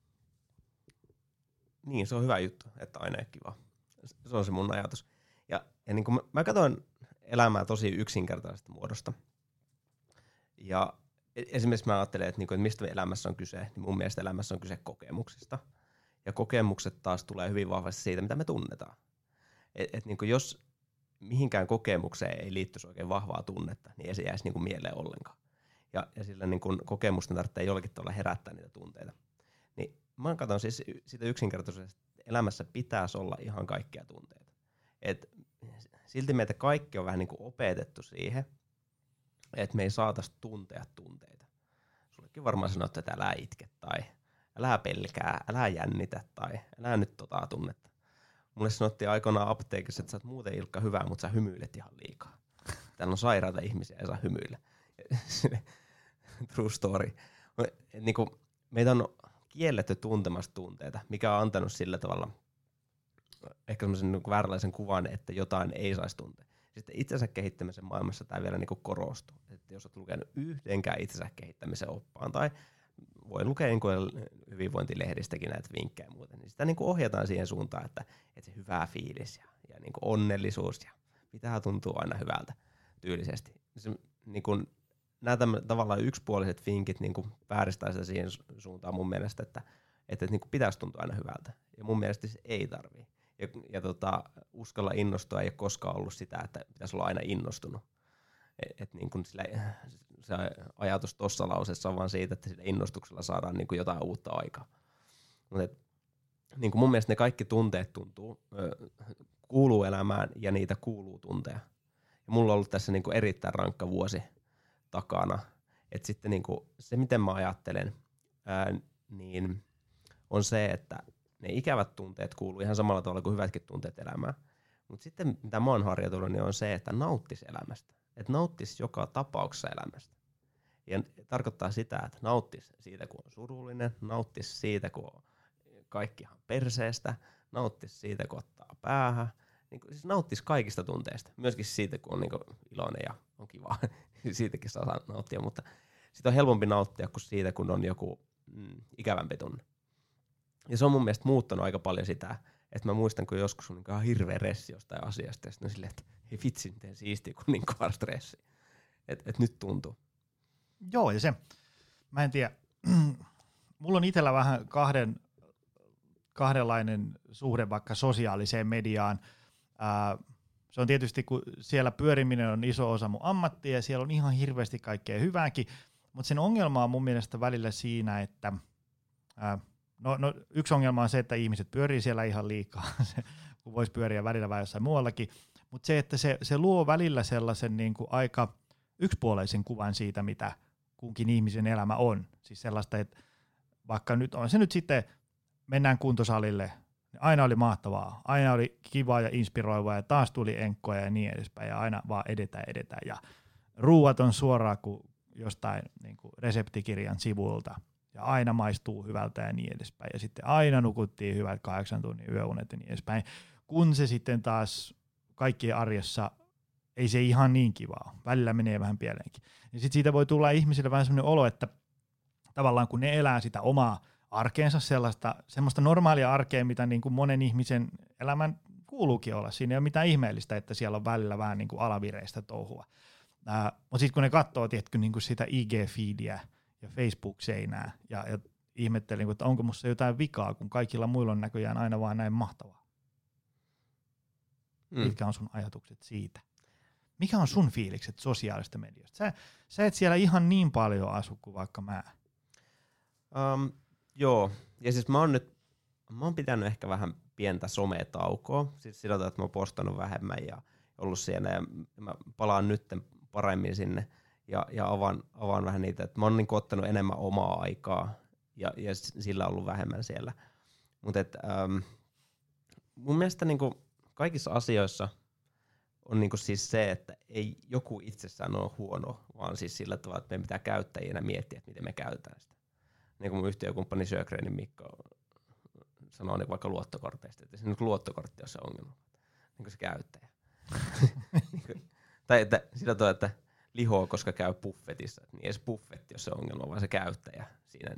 [SPEAKER 3] Niin, se on hyvä juttu, että aina ei ole kivaa. Se on se mun ajatus. Ja, ja niin kuin mä, mä katson elämää tosi yksinkertaisesta muodosta. Ja esimerkiksi mä ajattelen, että, niin kuin, että mistä elämässä on kyse, niin mun mielestä elämässä on kyse kokemuksista. Ja kokemukset taas tulee hyvin vahvasti siitä, mitä me tunnetaan. Et, et, niin kuin jos mihinkään kokemukseen ei liittyisi oikein vahvaa tunnetta, niin ei se jäisi niin kuin mieleen ollenkaan. Ja, ja sillä niin kuin kokemusten tarvitsee jollakin tavalla herättää niitä tunteita. Niin mä katson siis sitä yksinkertaisesti, että elämässä pitäisi olla ihan kaikkia tunteita. Et silti meitä kaikki on vähän niin kuin opetettu siihen, että me ei saataisi tuntea tunteita. Sullekin varmaan sanottu, että älä itke tai älä pelkää, älä jännitä tai älä nyt tota tunnetta. Mulle sanottiin aikoinaan apteekissa, että sä oot muuten Ilkka hyvä, mutta sä hymyilet ihan liikaa. Täällä on sairaita ihmisiä ja saa hymyillä. True story. Niin kuin meitä on kielletty tuntemasta tunteita, mikä on antanut sillä tavalla ehkä semmoisen niin kuin vääränlaisen kuvan, että jotain ei saisi tuntea. Sitten itsensä kehittämisen maailmassa tämä vielä niin kuin korostuu. Että jos olet lukenut yhdenkään itsensä kehittämisen oppaan tai voi lukea niin kuin hyvinvointilehdistäkin näitä vinkkejä ja muuta, niin sitä niin kuin ohjataan siihen suuntaan, että, että se hyvä fiilis ja, ja niin kuin onnellisuus ja pitää tuntua aina hyvältä tyylisesti. Se, niin kuin, nämä tämän, tavallaan yksipuoliset vinkit niin kuin vääristää sitä siihen suuntaan mun mielestä, että, että, että niin kuin pitäisi tuntua aina hyvältä. Ja mun mielestä se ei tarvii. Ja, ja tota, uskalla innostua ei ole koskaan ollut sitä, että pitäisi olla aina innostunut. Et, et niin kuin sillä, se ajatus tuossa lauseessa on vaan siitä, että sillä innostuksella saadaan niin kuin jotain uutta aikaa. Mutta niin kuin mun mielestä ne kaikki tunteet tuntuu, ö, kuuluu elämään ja niitä kuuluu tuntea. Ja mulla on ollut tässä niin kuin erittäin rankka vuosi takana. Et sitten niin kuin se, miten mä ajattelen, ää, niin on se, että ne ikävät tunteet kuuluu ihan samalla tavalla kuin hyvätkin tunteet elämään. Mutta sitten mitä mä oon harjoitellut, niin on se, että nauttisi elämästä. Että nauttisi joka tapauksessa elämästä. Ja tarkoittaa sitä, että nauttisi siitä, kun on surullinen, nauttisi siitä, kun on kaikki ihan perseestä, nauttisi siitä, kun ottaa päähän. Niin siis nauttisi kaikista tunteista. Myöskin siitä, kun on niin iloinen ja on kiva. Siitäkin saa nauttia, mutta siitä on helpompi nauttia kuin siitä, kun on joku mm, ikävämpi tunne. Ja se on mun mielestä muuttanut aika paljon sitä, että mä muistan, kun joskus on niin ihan hirveä ressi jostain asiasta, ja sitten on silleen, että hei vitsi, miten siistiä, kun niin kova stressi. Että et nyt tuntuu.
[SPEAKER 2] Joo, ja se, mä en tiedä, mulla on itsellä vähän kahden, kahdenlainen suhde vaikka sosiaaliseen mediaan. Ää, se on tietysti, kun siellä pyöriminen on iso osa mun ammattia, ja siellä on ihan hirveästi kaikkea hyvääkin, mutta sen ongelma on mun mielestä välillä siinä, että ää, No, no yksi ongelma on se, että ihmiset pyörii siellä ihan liikaa, kun voisi pyöriä välillä vähän jossain muuallakin, mutta se, että se, se luo välillä sellaisen niin kuin aika yksipuoleisen kuvan siitä, mitä kunkin ihmisen elämä on. Siis sellaista, että vaikka nyt on se nyt sitten, mennään kuntosalille, niin aina oli mahtavaa, aina oli kivaa ja inspiroivaa ja taas tuli enkkoja ja niin edespäin ja aina vaan edetään edetään ja ruuat on suoraan kuin jostain niin kuin reseptikirjan sivulta ja aina maistuu hyvältä ja niin edespäin ja sitten aina nukuttiin hyvät kahdeksan tunnin yöunet ja niin edespäin, kun se sitten taas kaikkien arjessa ei se ihan niin kivaa, välillä menee vähän pieleenkin. Ja sitten siitä voi tulla ihmisille vähän sellainen olo, että tavallaan kun ne elää sitä omaa arkeensa, sellaista, semmoista normaalia arkea, mitä niin kuin monen ihmisen elämän kuuluukin olla. Siinä ei ole mitään ihmeellistä, että siellä on välillä vähän niin kuin alavireistä touhua. Äh, mutta sitten kun ne katsoo tietkö, niin kuin sitä I G-feediä ja Facebook-seinää ja, ja ihmettelee, niin että onko musta jotain vikaa, kun kaikilla muilla on näköjään aina vaan näin mahtavaa. Mm. Mitkä on sun ajatukset siitä? Mikä on sun fiilikset sosiaalista mediasta? Sä, sä et siellä ihan niin paljon asu kuin vaikka mä.
[SPEAKER 3] Um, joo, ja siis mä oon nyt, mä oon pitänyt ehkä vähän pientä sometaukoa, siis sillä tavalla, että mä oon postannut vähemmän ja ollut siellä, ja mä palaan nyt paremmin sinne ja, ja avaan, avaan vähän niitä, että mä oon niin ottanut enemmän omaa aikaa ja, ja sillä on ollut vähemmän siellä. Mutta um, mun mielestä niinku kaikissa asioissa on niinku siis se, että ei joku itsessään ole huono, vaan siis sillä tavalla, että meidän pitää käyttäjinä miettiä, että miten me käytetään sitä. Niin kuin mun yhtiökumppani Sjögrenin Mikko sanoo niin vaikka luottokorteista, että se nyt luottokortti on se ongelma, niin kuin se käyttäjä. Tai että sillä tavalla, että lihoo, koska käy buffetissa, niin ei se buffetti ole se ongelma, vaan se käyttäjä siinä,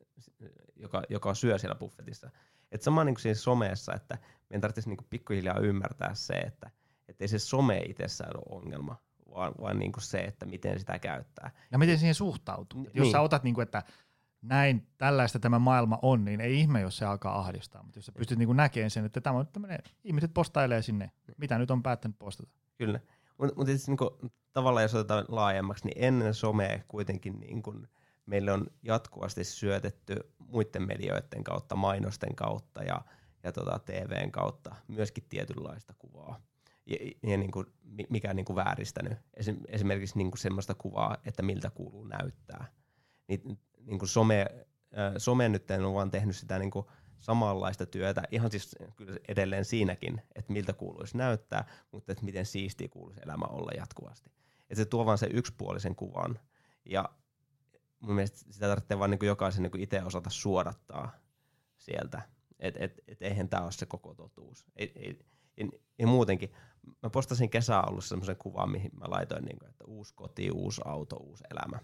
[SPEAKER 3] joka, joka syö siellä buffetissa. Että sama niin kuin siinä somessa, että meidän tarvitsisi niin kuin pikkuhiljaa ymmärtää se, että et ei se some itsessään ole ongelma, vaan, vaan niin kuin se, että miten sitä käyttää.
[SPEAKER 2] Ja miten siihen suhtautuu. Niin. Jos sä otat, niin kuin, että näin tällaista tämä maailma on, niin ei ihme, jos se alkaa ahdistaa. Mutta jos sä pystyt niin kuin näkemään sen, että tämä on tämmöinen, ihmiset postailee sinne, mitä nyt on päättänyt postata.
[SPEAKER 3] Kyllä. Mutta mut niin tavallaan jos otetaan laajemmaksi, niin ennen somea kuitenkin niin kun meille on jatkuvasti syötetty muiden medioiden kautta, mainosten kautta ja, ja tota T V:n kautta myöskin tietynlaista kuvaa. Ja, ja niin kuin, mikä on niin kuin vääristänyt. Esim, esimerkiksi niin kuin semmoista kuvaa, että miltä kuuluu näyttää. Niin, niin kuin some, äh, some nyt on vaan tehnyt sitä niin kuin samanlaista työtä, ihan siis kyllä edelleen siinäkin, että miltä kuuluisi näyttää, mutta että miten siistiä kuuluisi elämä olla jatkuvasti. Että se tuo vaan sen yksipuolisen kuvan. Ja mun mielestä sitä tarvitsee vaan niin kuin jokaisen niin kuin itse osata suodattaa sieltä. Että et, et eihän tämä ole se koko totuus. Ei, ei, ja, ja muutenkin, mä postasin kesäalussa semmoisen kuvan, mihin mä laitoin, niin kuin, että uusi koti, uusi auto, uusi elämä.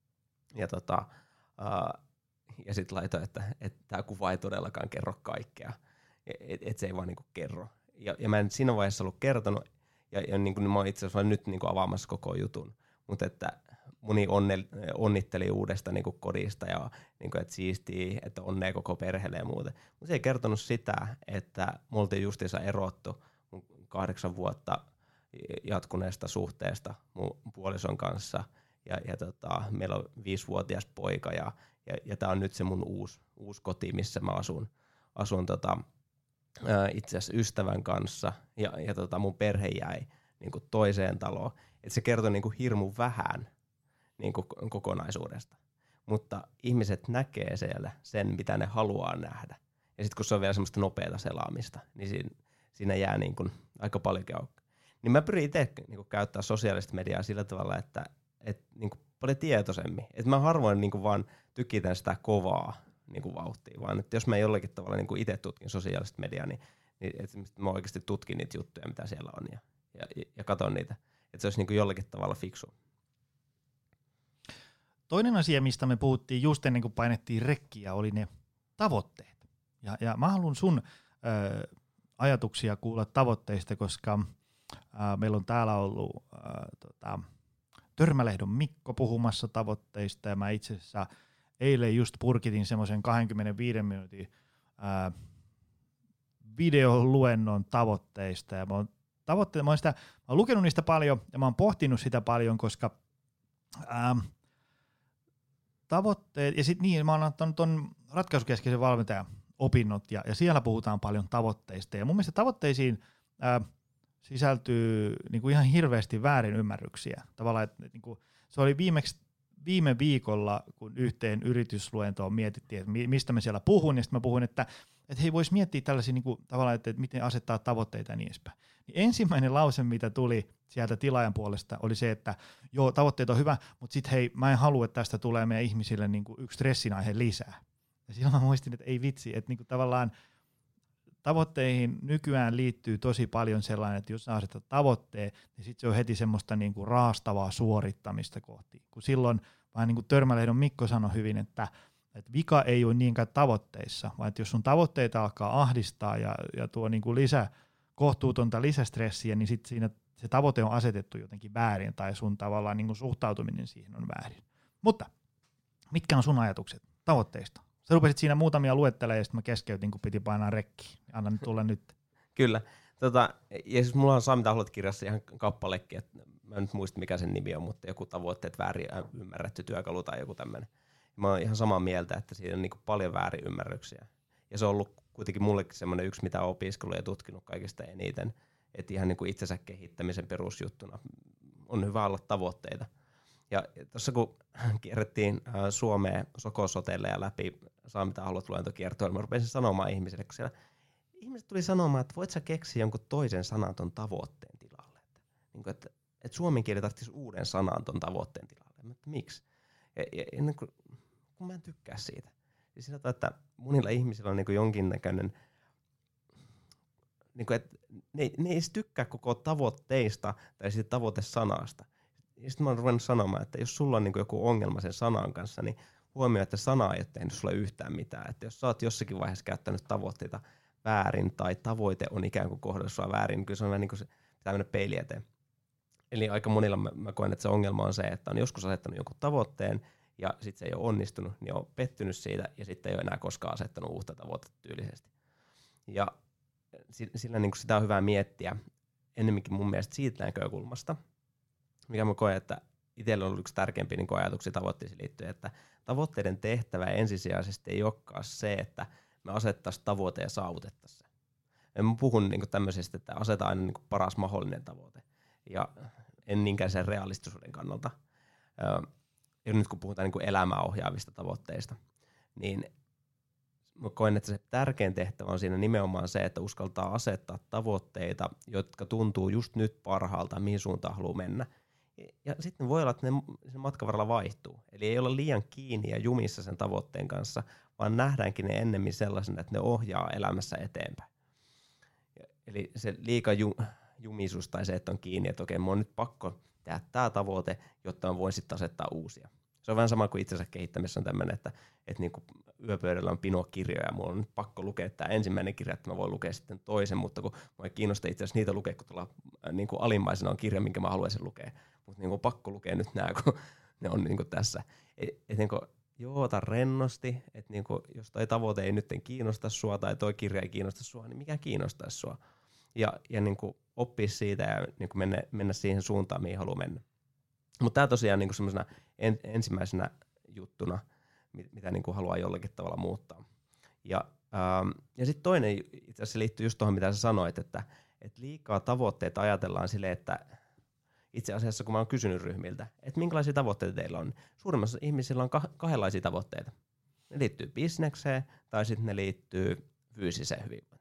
[SPEAKER 3] Ja, tota, uh, ja sitten laitoin, että tämä kuva ei todellakaan kerro kaikkea. Että et se ei vaan niinku kerro. Ja, ja mä en siinä vaiheessa ollut kertonut, ja, ja niinku, mä oon itse asiassa nyt niinku avaamassa koko jutun. Mutta että moni onne, onnitteli uudesta niinku kodista, ja niinku, että siistii, että onnea koko perheelle ja muuten. Mutta se ei kertonut sitä, että me oltiin justiinsa erottu mun kahdeksan vuotta jatkuneesta suhteesta mun puolison kanssa. Ja, ja tota, meillä on viisivuotias poika ja, ja, ja tämä on nyt se mun uusi, uusi koti, missä mä asun, asun tota, ää, itse asiassa ystävän kanssa ja, ja tota, mun perhe jäi niin kuin toiseen taloon. Et se kertoi niin kuin hirmu vähän niin kuin kokonaisuudesta, mutta ihmiset näkee siellä sen, mitä ne haluaa nähdä. Ja sitten kun se on vielä semmoista nopeata selaamista, niin siinä, siinä jää niin kuin aika paljon aukkoa. Niin mä pyrin itse niin kuin käyttää sosiaalista mediaa sillä tavalla, että et, niinku, paljon tietoisemmin. Et mä harvoin niinku, vaan tykitän sitä kovaa niinku, vauhtia, vaan että jos mä jollakin tavalla niinku, itse tutkin sosiaalista mediaa, niin, niin et, mä oikeasti tutkin niitä juttuja, mitä siellä on ja, ja, ja katson niitä. Että se olisi niinku, jollakin tavalla fiksu.
[SPEAKER 2] Toinen asia, mistä me puhuttiin just ennen kuin painettiin rekkiä, oli ne tavoitteet. Ja, ja mä haluan sun ö, ajatuksia kuulla tavoitteista, koska ö, meillä on täällä ollut ö, tota, Törmälehdon Mikko puhumassa tavoitteista, ja mä itse asiassa eilen just purkitin semmoisen kaksikymmentäviisi minuutin ää, videoluennon tavoitteista, ja mä oon, tavoitteita, mä, oon sitä, mä oon lukenut niistä paljon, ja mä oon pohtinut sitä paljon, koska ää, tavoitteet, ja sitten niin, mä oon ottanut ton ratkaisukeskeisen valmentajan opinnot ja, ja siellä puhutaan paljon tavoitteista. Ja mun mielestä tavoitteisiin ää, sisältyy niin kuin ihan hirveästi väärinymmärryksiä. Tavallaan, että niin kuin, se oli viimeksi viime viikolla, kun yhteen yritysluentoon mietittiin, että mistä me siellä puhun, ja sitten mä puhuin, että, että hei, voisi miettiä tällaisia niin kuin, tavallaan, että, että miten asettaa tavoitteita ja niin edespäin. Niin ensimmäinen lause, mitä tuli sieltä tilaajan puolesta, oli se, että joo, tavoitteet on hyvä, mutta sitten hei, mä en halua, että tästä tulee meidän ihmisille niin kuin yksi stressin aihe lisää. Ja silloin mä muistin, että ei vitsi, että niin kuin tavallaan tavoitteihin nykyään liittyy tosi paljon sellainen, että jos sä asetat tavoitteen, niin sitten se on heti semmoista niin kuin raastavaa suorittamista kohti. Kun silloin vaan niin kuin Törmälehdon Mikko sanoi hyvin, että, että vika ei ole niinkään tavoitteissa, vaan että jos sun tavoitteita alkaa ahdistaa ja, ja tuo niin kuin lisä, kohtuutonta lisästressiä, niin sitten siinä se tavoite on asetettu jotenkin väärin tai sun tavallaan niin kuin suhtautuminen siihen on väärin. Mutta mitkä on sun ajatukset tavoitteista? Sä rupesit siinä muutamia luettelemaan ja sitten mä keskeytin, kun piti painaa rekkiin. Anna nyt tulla nyt.
[SPEAKER 3] Kyllä. Tota, ja siis mulla on Saa mitä haluat -kirjassa ihan kappalekin, että mä en nyt muista mikä sen nimi on, mutta joku tavoitteet väärin ymmärretty työkalu tai joku tämmöinen. Mä oon ihan samaa mieltä, että siinä on niin kuin paljon väärin ymmärryksiä. Ja se on ollut kuitenkin mullekin semmoinen yksi, mitä olen opiskellut ja tutkinut kaikista eniten. Että ihan niin kuin itsensä kehittämisen perusjuttuna on hyvä olla tavoitteita. Ja tuossa kun kierrettiin äh, Suomeen Sokosotelle ja läpi Saa mitä haluat -luentokiertoilla, mä rupesin sanomaan ihmisille, kun siellä ihmiset tuli sanomaan, että voit sä keksiä jonkun toisen sanan ton tavoitteen tilalle. Että, niin kuin, että, että suomen kieli tarvitsisi uuden sanan ton tavoitteen tilalle. Mä, että miksi? Ja, ja, ja niin kuin, kun mä en tykkää siitä. Siis sillä tavalla, että monilla ihmisillä on niin kuin jonkinnäköinen, niin kuin, että ne, ne ei edes tykkää koko tavoitteista tai siitä tavoitesanasta. Ja sitten mä oon ruvennut sanomaan, että jos sulla on niin kuin joku ongelma sen sanan kanssa, niin huomioi, että sana ei ole tehnyt sulle yhtään mitään. Että jos sä oot jossakin vaiheessa käyttänyt tavoitteita väärin tai tavoite on ikään kuin kohdassa sua väärin, niin kyllä se on vähän niin kuin se, pitää mennä peiliin eteen. Eli aika monilla mä, mä koen, että se ongelma on se, että on joskus asettanut jonkun tavoitteen ja sitten se ei ole onnistunut, niin on pettynyt siitä ja sitten ei ole enää koskaan asettanut uutta tavoitetta tyylisesti. Ja sillä niin kuin sitä on hyvä miettiä ennemminkin mun mielestä siitä näkökulmasta, mikä mä koen, että itsellä on ollut yksi tärkeimpiä niin ajatuksia tavoitteisiin liittyen, että tavoitteiden tehtävä ensisijaisesti ei olekaan se, että me asettaisiin tavoite ja saavutettaisiin se. Ja mä puhun niin kuin tämmöisestä, että asetaan aina niin kuin paras mahdollinen tavoite ja en niinkään sen realistisuuden kannalta. Ja nyt kun puhutaan niin kuin elämää ohjaavista tavoitteista, niin mä koen, että se tärkein tehtävä on siinä nimenomaan se, että uskaltaa asettaa tavoitteita, jotka tuntuu just nyt parhaalta, mihin suuntaan haluaa mennä. Ja sitten voi olla, että ne sen matkan varrella vaihtuu. Eli ei olla liian kiinni ja jumissa sen tavoitteen kanssa, vaan nähdäänkin ne ennemmin sellaisena, että ne ohjaa elämässä eteenpäin. Eli se liika ju- jumisuus tai se, että on kiinni, että okei, mun on nyt pakko tehdä tämä tavoite, jotta mä voin sitten asettaa uusia. Se on vähän sama kuin itsensä kehittämisessä on tämmöinen, että, että niin kuin yöpöydällä on pino kirjoja, mulla on nyt pakko lukea tämä ensimmäinen kirja, että mä voin lukea sitten toisen, mutta kun mä ei kiinnosta itse asiassa niitä lukea, kun tuolla niin kuin alimmaisena on kirja, minkä mä haluaisin lukea. Mutta niin kuin pakko lukea nyt nämä, kun ne on niin kuin tässä. Et, et niin kuin, joo, ota rennosti, että niin kuin, jos toi tavoite ei nyt kiinnosta sua tai toi kirja ei kiinnosta sua, niin mikä kiinnostaisi sua? Ja, ja niin kuin oppia siitä ja niin kuin mennä, mennä siihen suuntaan, mihin haluaa mennä. Mutta tämä tosiaan niin kuin semmoisena en, ensimmäisenä juttuna, mit, mitä niin kuin haluaa jollakin tavalla muuttaa. Ja, ähm, ja sitten toinen itse asiassa liittyy just tuohon, mitä sä sanoit, että et liikaa tavoitteita ajatellaan silleen, että itse asiassa kun mä oon kysynyt ryhmiltä, että minkälaisia tavoitteita teillä on, suurimmassa ihmisillä on kah- kahdenlaisia tavoitteita. Ne liittyy bisnekseen tai sitten ne liittyy fyysiseen hyvinvointiin.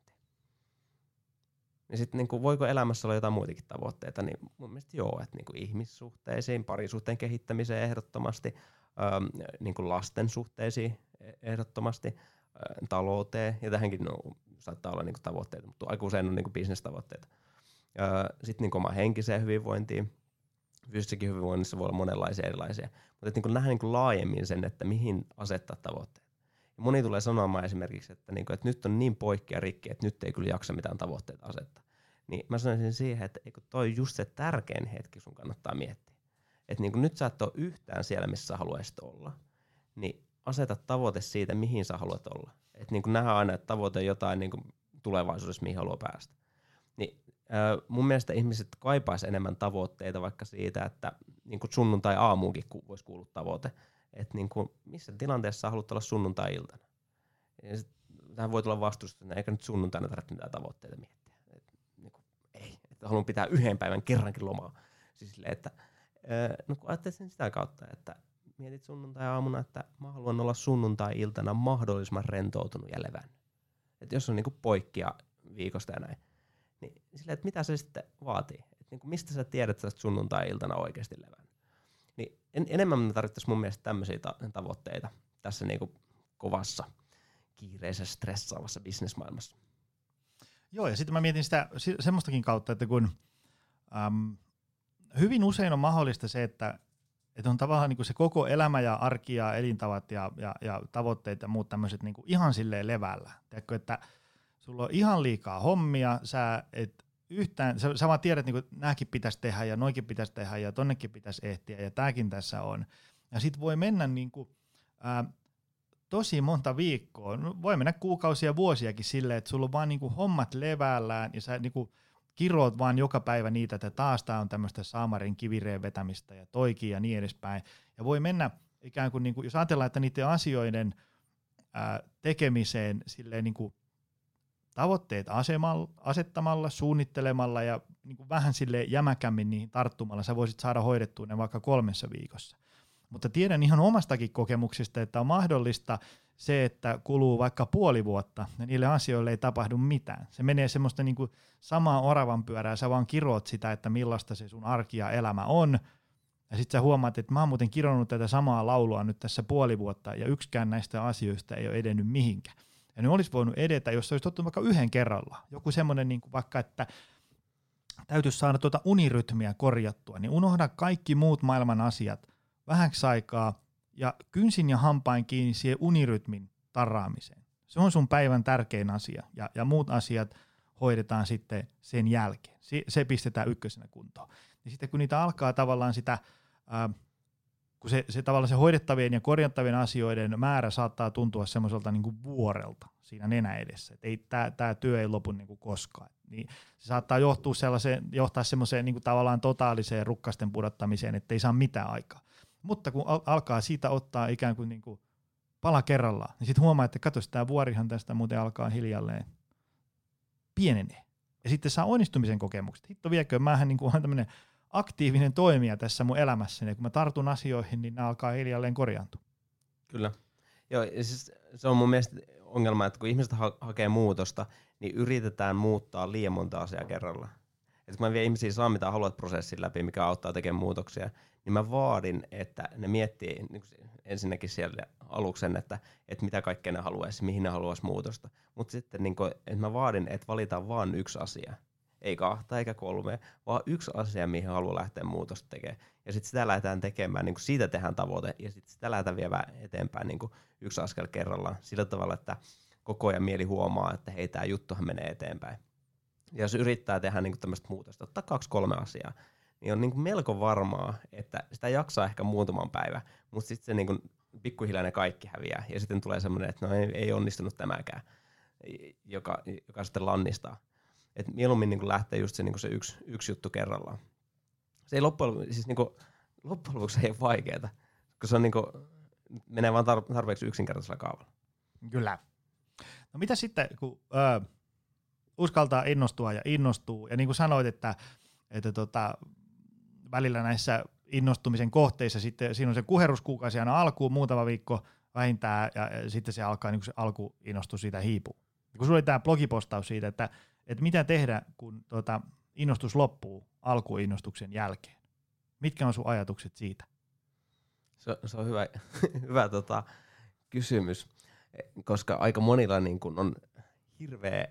[SPEAKER 3] Ja sitten niinku, voiko elämässä olla jotain muitakin tavoitteita, niin mun mielestä joo, että niinku ihmissuhteisiin, parisuhteen kehittämiseen ehdottomasti, ähm, niinku lasten suhteisiin ehdottomasti, äh, talouteen, ja tähänkin no, saattaa olla niinku tavoitteita, mutta aika usein on niinku bisnestavoitteita. Äh, sitten niinku omaan henkiseen hyvinvointiin, fyysisessäkin hyvinvoinnissa voi olla monenlaisia erilaisia, mutta niinku nähdään niinku laajemmin sen, että mihin asettaa tavoitteet. Ja moni tulee sanomaan esimerkiksi, että, niinku, että nyt on niin poikkea rikki, että nyt ei kyllä jaksa mitään tavoitteita asettaa. Niin mä sanoisin siihen, että eikö toi on just se tärkein hetki sun kannattaa miettiä. Että niinku nyt sä et ole yhtään siellä, missä sä haluaisit olla. Niin aseta tavoite siitä, mihin sä haluat olla. Että niinku nähdään aina, että tavoite on jotain niinku tulevaisuudessa, mihin haluaa päästä. Niin äh, mun mielestä ihmiset kaipaisi enemmän tavoitteita vaikka siitä, että niinku sunnuntai-aamuunkin ku, voisi kuulua tavoite. Että niinku, missä tilanteessa haluat olla sunnuntai-iltana? Ja sit, tähän voi tulla vastustusta, eikä nyt sunnuntaina tarvitse mitään tavoitteita miettiä. Et, niin kuin, ei, että haluan pitää yhden päivän kerrankin lomaa. Siis silleen, että no kun ajattelet sen sitä kautta, että mietit sunnuntai-aamuna, että mä haluan olla sunnuntai-iltana mahdollisimman rentoutunut ja levännyt. Että jos on niinku poikkia viikosta ja näin, niin silleen, että mitä se sitten vaatii? Että niinku mistä sä tiedät, että sunnuntai-iltana oikeasti levännyt? Niin en, enemmän me tarvittaisiin mun mielestä tämmöisiä ta- tavoitteita tässä niinku kovassa, kiireisessä, stressaavassa bisnesmaailmassa.
[SPEAKER 2] Joo, ja sitten mä mietin sitä se, semmoistakin kautta, että kun äm, hyvin usein on mahdollista se, että, että on tavallaan niin kuin se koko elämä ja arki ja elintavat ja, ja, ja tavoitteet ja muut tämmöiset niin kuin ihan silleen levällä. Tiedätkö, että sulla on ihan liikaa hommia, sä et yhtään, sä, sä vaan tiedät, että niin nämäkin pitäisi tehdä ja noikin pitäisi tehdä ja tonnekin pitäisi ehtiä ja tääkin tässä on. Ja sit voi mennä niin kuin, ää, tosi monta viikkoa, no, voi mennä kuukausia ja vuosiakin silleen, että sulla on vaan niin kuin hommat levällään ja sä niin kuin kiroot vaan joka päivä niitä, että taas tää on tämmöistä saamarin kivireen vetämistä ja toikin ja niin edespäin. Ja voi mennä ikään kuin, niin kuin jos ajatellaan, että niiden asioiden ää, tekemiseen silleen niin kuin tavoitteet asemalla, asettamalla, suunnittelemalla ja niin kuin vähän silleen jämäkämmin niihin tarttumalla, sä voisit saada hoidettua ne vaikka kolmessa viikossa. Mutta tiedän ihan omastakin kokemuksista, että on mahdollista se, että kuluu vaikka puoli vuotta ja niille asioille ei tapahdu mitään. Se menee semmoista niin kuin samaa oravan pyörää, sä vaan kiroot sitä, että millaista se sun arki ja elämä on. Ja sit sä huomaat, että mä oon muuten kironnut tätä samaa laulua nyt tässä puoli vuotta ja yksikään näistä asioista ei ole edennyt mihinkään. Ja ne olisi voinut edetä, jos olisi tottunut vaikka yhden kerralla. Joku semmoinen niin kuin vaikka, että täytyisi saada tuota unirytmiä korjattua, niin unohda kaikki muut maailman asiat vähäksi aikaa ja kynsin ja hampain kiinni siihen unirytmin tarraamiseen. Se on sun päivän tärkein asia ja, ja muut asiat hoidetaan sitten sen jälkeen. Se, se pistetään ykkösenä kuntoon. Ja sitten kun niitä alkaa tavallaan sitä, ää, kun se, se tavallaan se hoidettavien ja korjattavien asioiden määrä saattaa tuntua semmoiselta niin kuin vuorelta siinä nenä edessä, että ei, tämä työ ei lopu niin kuin koskaan. Niin se saattaa johtua johtaa semmoiseen niin kuin tavallaan totaaliseen rukkasten pudottamiseen, että ei saa mitään aikaa. Mutta kun al- alkaa siitä ottaa ikään kuin, niin kuin pala kerrallaan, niin sitten huomaa, että katsos, tämä vuorihan tästä muuten alkaa hiljalleen pienenee. Ja sitten saa onnistumisen kokemukset. Hitto viekö, mähän niin kuin olen tämmöinen aktiivinen toimija tässä mun elämässäni, ja kun mä tartun asioihin, niin nämä alkaa hiljalleen korjaantua.
[SPEAKER 3] Kyllä. Joo, ja siis se on mun mielestä ongelma, että kun ihmiset ha- hakee muutosta, niin yritetään muuttaa liian monta asiaa kerralla. Et kun mä vien ihmisiä saa mitä haluat prosessin läpi, mikä auttaa tekemään muutoksia, niin mä vaadin, että ne miettii niin ensinnäkin siellä aluksen, että, että mitä kaikkea ne haluaisi, mihin ne haluaisi muutosta. Mutta sitten niin kun, että mä vaadin, että valitaan vain yksi asia. Ei kahta eikä kolme, vaan yksi asia, mihin haluaa lähteä muutosta tekemään. Ja sitten sitä lähdetään tekemään, niin siitä tehdään tavoite, ja sitten sitä lähdetään viemään eteenpäin niin yksi askel kerrallaan. Sillä tavalla, että koko ajan mieli huomaa, että hei, tämä juttuhan menee eteenpäin. Ja jos yrittää tehdä niin tämmöistä muutosta, ottaa kaksi kolme asiaa, niin on niin melko varmaa, että sitä jaksaa ehkä muutaman päivän, mutta sitten se niin pikkuhiljaa ne kaikki häviää. Ja sitten tulee semmoinen, että no ei, ei onnistunut tämäkään, joka, joka sitten lannistaa. Et mieluummin niin lähtee just se, niin se yksi, yksi juttu kerrallaan. Se ei loppujen, siis niin loppujen lopuksi ei ole vaikeaa, koska se on niin kuin, menee vaan tarpeeksi yksinkertaisella kaavalla.
[SPEAKER 2] Kyllä. No mitä sitten, kun ö, uskaltaa innostua ja innostuu, ja niin kuin sanoit, että, että tota, välillä näissä innostumisen kohteissa sitten siinä on se kuherruskuukausi aina alkuun, muutama viikko vähintään, ja, ja sitten se alkaa niin kuin se alkuinnostus siitä hiipuu. Ja kun sulla oli tämä blogipostaus siitä, että, että mitä tehdä, kun tota, innostus loppuu alkuinnostuksen jälkeen. Mitkä on sun ajatukset siitä?
[SPEAKER 3] Se, se on hyvä, hyvä tota, kysymys, koska aika monilla niin kun on hirveä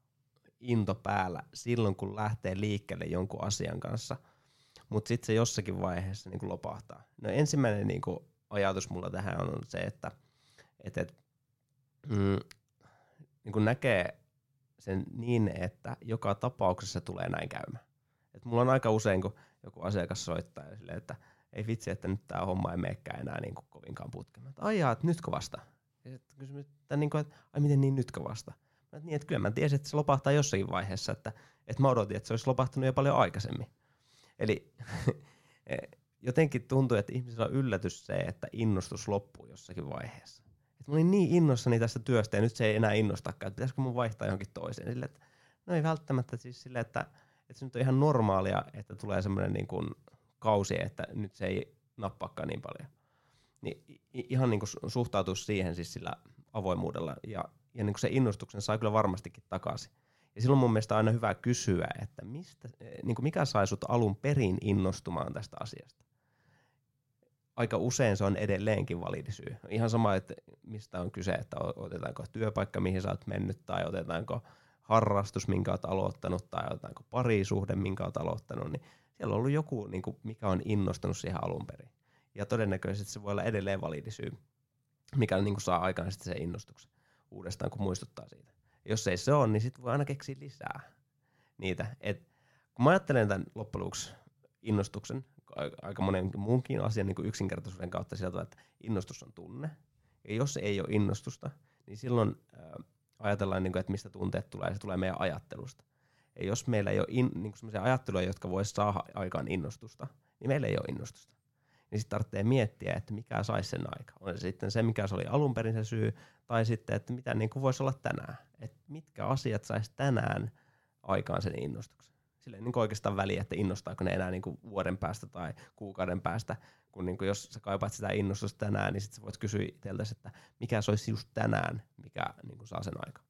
[SPEAKER 3] into päällä silloin, kun lähtee liikkeelle jonkun asian kanssa, mutta sitten se jossakin vaiheessa niin kun lopahtaa. No ensimmäinen niin kun ajatus mulla tähän on se, että et, et, mm, niin kun näkee sen niin, että joka tapauksessa tulee näin käymään. Et mulla on aika usein, kun joku asiakas soittaa ja silleen, että ei vitsi, että nyt tää homma ei meekään enää niin kuin kovinkaan putkeen. Että ai jaa, että nytkö vasta? Ja sitten kysymys, että, niin kuin, että ai miten niin nytkö vasta? Mä, että, niin, että kyllä mä tiesin, että se lopahtaa jossakin vaiheessa, että, että mä odotin, että se olisi lopahtunut jo paljon aikaisemmin. Eli jotenkin tuntuu, että ihmisillä on yllätys se, että innostus loppuu jossakin vaiheessa. Et että mä olin niin innossani tästä työstä ja nyt se ei enää innostakaan, että pitäisikö mun vaihtaa johonkin toiseen. Sille, että no ei välttämättä siis silleen, että, että se nyt on ihan normaalia, että tulee semmoinen niin kuin kausi, että nyt se ei nappaakaan niin paljon. Niin ihan niin kuin suhtautua siihen siis sillä avoimuudella ja, ja niin kuin se innostuksen saa kyllä varmastikin takaisin. Ja silloin mun mielestä on aina hyvä kysyä, että mistä, niin kuin mikä sai sut alun perin innostumaan tästä asiasta. Aika usein se on edelleenkin validi syy. Ihan sama, että mistä on kyse, että otetaanko työpaikka, mihin sä oot mennyt, tai otetaanko harrastus, minkä oot aloittanut, tai otetaanko parisuhde, minkä oot aloittanut, niin siellä on ollut joku, niin kuin, mikä on innostanut siihen alun perin. Ja todennäköisesti se voi olla edelleen validi syy, mikä niin kuin saa aikaan sitten sen innostuksen uudestaan, kun muistuttaa siitä. Jos ei se ole, niin sitten voi aina keksiä lisää niitä. Et kun mä ajattelen tämän loppujen lopuksi innostuksen, aika monen muunkin asian niin kuin yksinkertaisuuden kautta sieltä, että innostus on tunne. Ja jos ei ole innostusta, niin silloin äh, ajatellaan, niin kuin, että mistä tunteet tulee, se tulee meidän ajattelusta. Ja jos meillä ei ole in, niin kuin sellaisia ajatteluja, jotka voisi saada aikaan innostusta, niin meillä ei ole innostusta. Niin sitten tarvitsee miettiä, että mikä saisi sen aika. On se sitten se, mikä se oli alun perin se syy, tai sitten, että mitä niin kuin voisi olla tänään. Että mitkä asiat saisi tänään aikaan sen innostuksen. Sillä ei niin kuin oikeastaan väliä, että innostaako ne enää niin kuin vuoden päästä tai kuukauden päästä. Kun niin kuin jos sä kaipaat sitä innostusta tänään, niin sitten sä voit kysyä itseltäsi, että mikä se olisi just tänään, mikä niin kuin saa sen aikaan.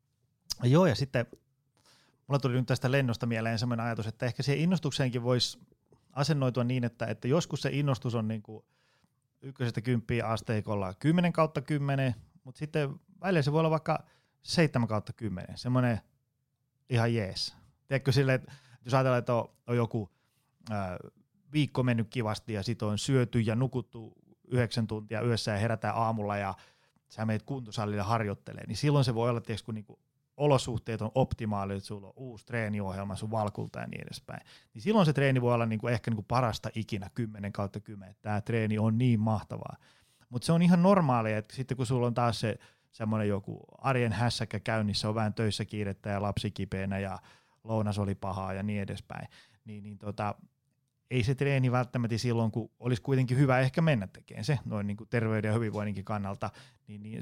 [SPEAKER 2] Joo, ja sitten mulla tuli nyt tästä lennosta mieleen sellainen ajatus, että ehkä siihen innostukseenkin voisi asennoitua niin, että, että joskus se innostus on niin kuin ykkösestä kymppiä asteikolla kymmenen kautta kymmenen, mutta sitten välillä se voi olla vaikka seitsemän kautta kymmenen, semmoinen ihan jees. Tiedätkö silleen, että jos ajatellaan, että on, on joku ää, viikko mennyt kivasti ja sit on syöty ja nukuttu yhdeksän tuntia yössä ja herätään aamulla ja sä meet kuntosalille harjoittelee, niin silloin se voi olla, tiedätkö, kun niinku olosuhteet on optimaali, että sulla on uusi treeniohjelma sun valkulta ja niin edespäin. Niin silloin se treeni voi olla niinku ehkä niinku parasta ikinä kymmenen kautta kymmenen. Tämä treeni on niin mahtavaa. Mutta se on ihan normaalia, että sitten kun sulla on taas se semmoinen joku arjen hässäkkä käynnissä, on vähän töissä kiirettä ja lapsi kipeänä ja lounas oli pahaa ja niin edespäin, niin, niin tota, ei se treeni välttämättä silloin, kun olisi kuitenkin hyvä ehkä mennä tekemään se noin niin kuin terveyden ja hyvinvoinninkin kannalta, niin, niin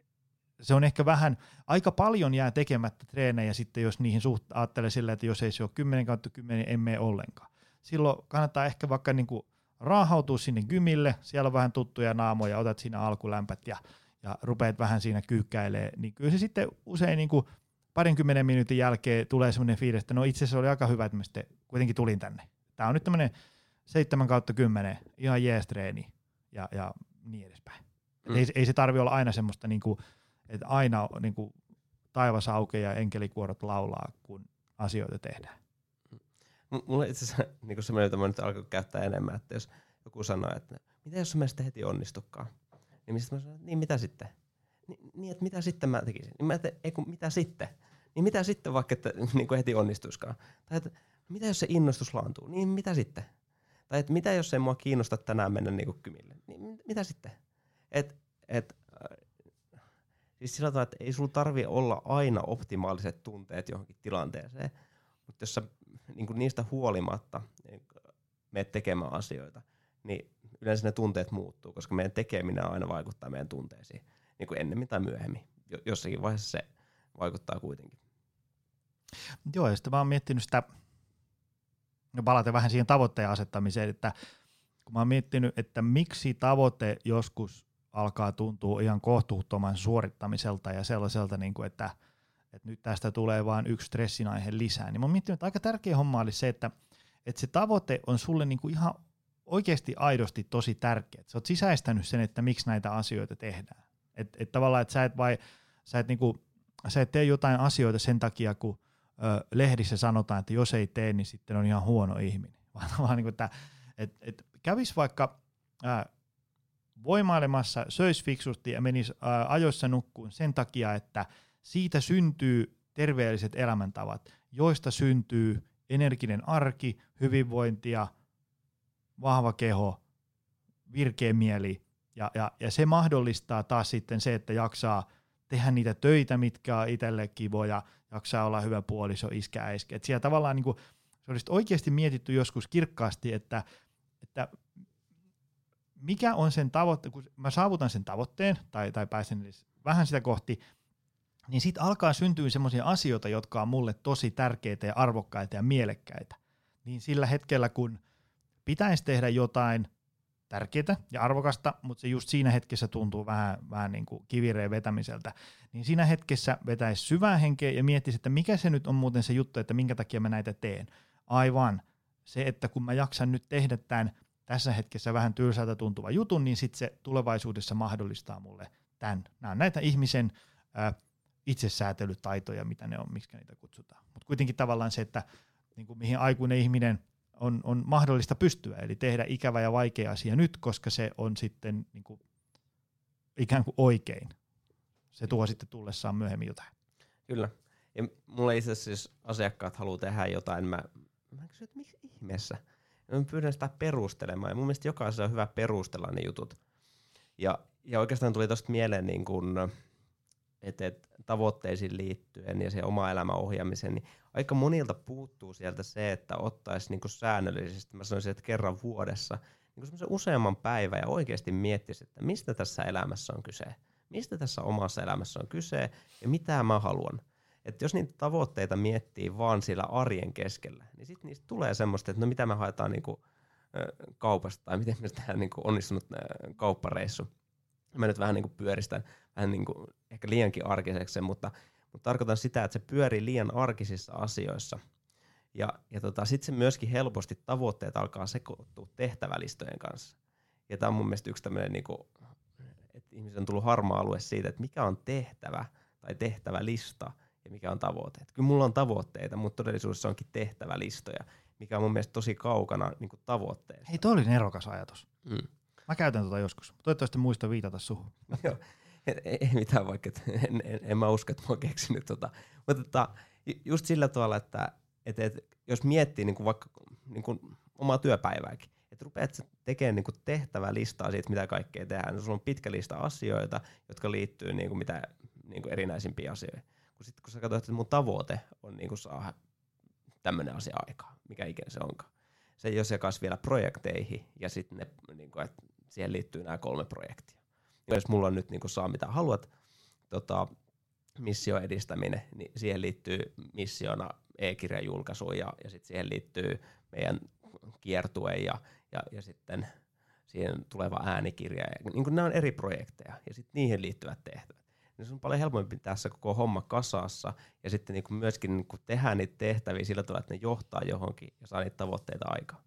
[SPEAKER 2] se on ehkä vähän, aika paljon jää tekemättä treenejä sitten, jos niihin suht ajattelee sillä, että jos ei se ole kymmenen kautta kymmenen, en mene ollenkaan. Silloin kannattaa ehkä vaikka niin kuin raahautua sinne gymille, siellä on vähän tuttuja naamoja, otat siinä alkulämpät ja, ja rupeat vähän siinä kyykkäilemään, niin kyllä se sitten usein niin kuin parinkymmenen minuutin jälkeen tulee semmoinen fiilis, että no itse asiassa oli aika hyvä, että mä sitten kuitenkin tulin tänne. Tämä on nyt tämmöinen seitsemän kautta kymmenen, ihan jees treeni ja, ja niin edespäin. Mm. Ei, ei se tarvitse olla aina semmoista, niin kuin, että aina niin kuin taivas aukeaa ja enkelikuorot laulaa, kun asioita tehdään.
[SPEAKER 3] Mulla itse asiassa niin semmoinen, jota mä nyt alkaa käyttää enemmän, että jos joku sanoo, että mitä jos mä sitten heti onnistukaan, niin mistä mä sanon, että niin mitä sitten? Ni, niin, että mitä sitten mä tekisin? Niin mä te, ei kun mitä sitten? Niin mitä sitten vaikka, että niin kuin heti onnistuiskaan? Tai että mitä jos se innostus laantuu? Niin mitä sitten? Tai että mitä jos ei mua kiinnosta tänään mennä niin kuin kymille? Niin mitä sitten? Et, et, äh, siis sillä tavalla, että ei sulla tarvitse olla aina optimaaliset tunteet johonkin tilanteeseen, mutta jos sä niin kuin niistä huolimatta niin menet tekemään asioita, niin yleensä ne tunteet muuttuu, koska meidän tekeminen aina vaikuttaa meidän tunteisiin, niin kuin ennemmin tai myöhemmin. Jossakin vaiheessa se vaikuttaa kuitenkin.
[SPEAKER 2] Joo, ja sitten mä oon miettinyt sitä, no palaten vähän siihen tavoitteen asettamiseen, että kun mä oon miettinyt, että miksi tavoite joskus alkaa tuntua ihan kohtuuttoman suorittamiselta ja sellaiselta, niin kuin, että, että nyt tästä tulee vain yksi stressin aihe lisää, niin mä oon miettinyt, että aika tärkeä homma oli se, että, että se tavoite on sulle niin kuin ihan oikeasti aidosti tosi tärkeä. Sä oot sisäistänyt sen, että miksi näitä asioita tehdään. Että et tavallaan, että sä et, vai, sä, et niinku, sä et tee jotain asioita sen takia, kun ö, lehdissä sanotaan, että jos ei tee, niin sitten on ihan huono ihminen. Vaan, vaan niinku, että et, et kävis vaikka ä, voimailemassa, söisi fiksusti ja menisi ä, ajoissa nukkuun sen takia, että siitä syntyy terveelliset elämäntavat, joista syntyy energinen arki, hyvinvointia, vahva keho, virkeä mieli, ja, ja, ja se mahdollistaa taas sitten se, että jaksaa tehdä niitä töitä, mitkä on itselle kivoja, jaksaa olla hyvä puoliso, iskä, äiskä. Että siellä tavallaan niin kuin, se olisi oikeasti mietitty joskus kirkkaasti, että, että mikä on sen tavoite, kun mä saavutan sen tavoitteen tai, tai pääsen vähän sitä kohti, niin sitten alkaa syntyä semmoisia asioita, jotka on mulle tosi tärkeitä ja arvokkaita ja mielekkäitä. Niin sillä hetkellä, kun pitäisi tehdä jotain tärkeää ja arvokasta, mutta se just siinä hetkessä tuntuu vähän, vähän niin kuin kivireen vetämiseltä, niin siinä hetkessä vetäisi syvää henkeä ja miettisi, että mikä se nyt on muuten se juttu, että minkä takia mä näitä teen. Aivan se, että kun mä jaksan nyt tehdä tämän tässä hetkessä vähän tylsältä tuntuva jutun, niin sitten se tulevaisuudessa mahdollistaa mulle tämän. Nämä on näitä ihmisen ää, itsesäätelytaitoja, mitä ne on, miksi niitä kutsutaan. Mutta kuitenkin tavallaan se, että niin kuin mihin aikuinen ihminen on, on mahdollista pystyä, eli tehdä ikävä ja vaikea asia nyt, koska se on sitten niin kuin, ikään kuin oikein. Se tuo sitten tullessaan myöhemmin jotain.
[SPEAKER 3] Kyllä. Ja mulla itse asiassa, jos asiakkaat haluaa tehdä jotain, mä, mä kysyn, että miksi ihmeessä? Ja mä pyydän sitä perustelemaan, ja mun mielestä jokaisella on hyvä perustella ne jutut. Ja, ja oikeastaan tuli tosta mieleen, niin kun, että et, tavoitteisiin liittyen ja siihen oma elämän ohjaamiseen, niin aika monilta puuttuu sieltä se, että ottaisi niin kun säännöllisesti, mä sanoisin, että kerran vuodessa, niin semmoisen useamman päivän ja oikeasti miettisi, että mistä tässä elämässä on kyse, mistä tässä omassa elämässä on kyse ja mitä mä haluan. Että jos niitä tavoitteita miettii vaan sillä arjen keskellä, niin sitten niistä tulee semmoista, että no mitä me haetaan niinku, ö, kaupasta tai miten me tehdään niinku onnistunut ö, kauppareissu. Mä nyt vähän niinku pyöristän vähän niinku, ehkä liiankin arkiseksi, mutta, mutta tarkoitan sitä, että se pyörii liian arkisissa asioissa. Ja, ja tota, sitten se myöskin helposti tavoitteet alkaa sekoittua tehtävälistojen kanssa. Ja tämä on mun mielestä yksi tämmöinen, niinku, että ihmisen on tullut harmaa alue siitä, että mikä on tehtävä tai tehtävälista ja mikä on tavoite. Et kyllä mulla on tavoitteita, mutta todellisuudessa onkin tehtävälistoja, mikä on mun mielestä tosi kaukana niin kuin tavoitteesta.
[SPEAKER 2] Hei, toi oli nerokas ajatus.
[SPEAKER 3] Mm.
[SPEAKER 2] Mä käytän tota joskus. Toivottavasti muista viitata suhun.
[SPEAKER 3] Joo, ei, ei mitään vaikka, en, en, en mä usko, että mä oon keksinyt tota. Mutta tota, just sillä tavalla, että et, et, jos miettii niin kuin vaikka niin kuin omaa työpäivääkin, että rupeat tekemään niin kuin tehtävälistaa siitä, mitä kaikkea tehdään, niin sulla on pitkä lista asioita, jotka liittyy niin kuin mitä niin kuin erinäisimpiin asioihin. Kun, sit, kun sä katsot, että mun tavoite on niin kuin saada tämmöinen asia aikaa, mikä ikinä se onkaan. Se jos jakaisi vielä projekteihin ja sitten ne, niin kuin, että siihen liittyy nämä kolme projektia. Ja jos mulla on nyt niin kuin saa mitä haluat, tota, mission edistäminen, niin siihen liittyy missiona e-kirjan julkaisu ja, ja sitten siihen liittyy meidän kiertue ja, ja, ja sitten siihen tuleva äänikirja. Ja, niin kuin nämä on eri projekteja ja sitten niihin liittyvät tehtävät. Niin se on paljon helpompi tässä koko homma kasassa ja sitten niin kuin myöskin niin kuin tehdään niitä tehtäviä sillä tavalla, että ne johtaa johonkin ja saa niitä tavoitteita aikaan.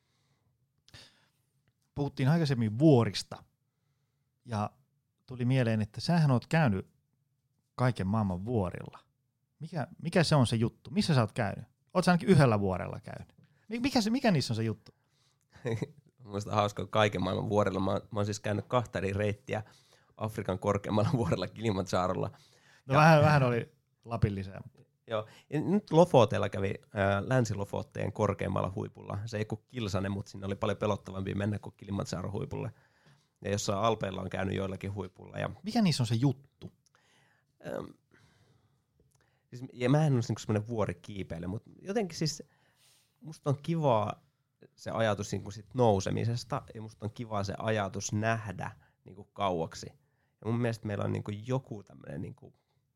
[SPEAKER 2] Puhuttiin aikaisemmin vuorista ja tuli mieleen, että sähän oot käynyt kaiken maailman vuorilla. Mikä, mikä se on se juttu? Missä sä oot käynyt? Oot sä ainakin yhdellä vuorella käynyt? Mikä, se, mikä niissä on se juttu?
[SPEAKER 3] Mielestäni hauskaa kaiken maailman vuorilla. Mä, mä oon siis käynyt kahta eri reittiä Afrikan korkeammalla vuorella Kilimanjarolla.
[SPEAKER 2] No vähän, vähän oli Lapin lisää.
[SPEAKER 3] Joo, ja nyt Lofotella kävi ää, Länsi-Lofoteen korkeammalla huipulla. Se ei kuin kilsanen, mutta siinä oli paljon pelottavampi mennä kuin Kilimanjaron huipulle. Ja jossain Alpeilla on käynyt joillakin huipulla. Ja,
[SPEAKER 2] mikä niissä on se juttu?
[SPEAKER 3] Ähm, siis, ja mä en ole niinku semmoinen vuorikiipeily, mutta jotenkin siis musta on kivaa se ajatus niinku sit nousemisesta ja musta on kivaa se ajatus nähdä niinku kauaksi. Ja mun mielestä meillä on niinku joku tämmöinen niinku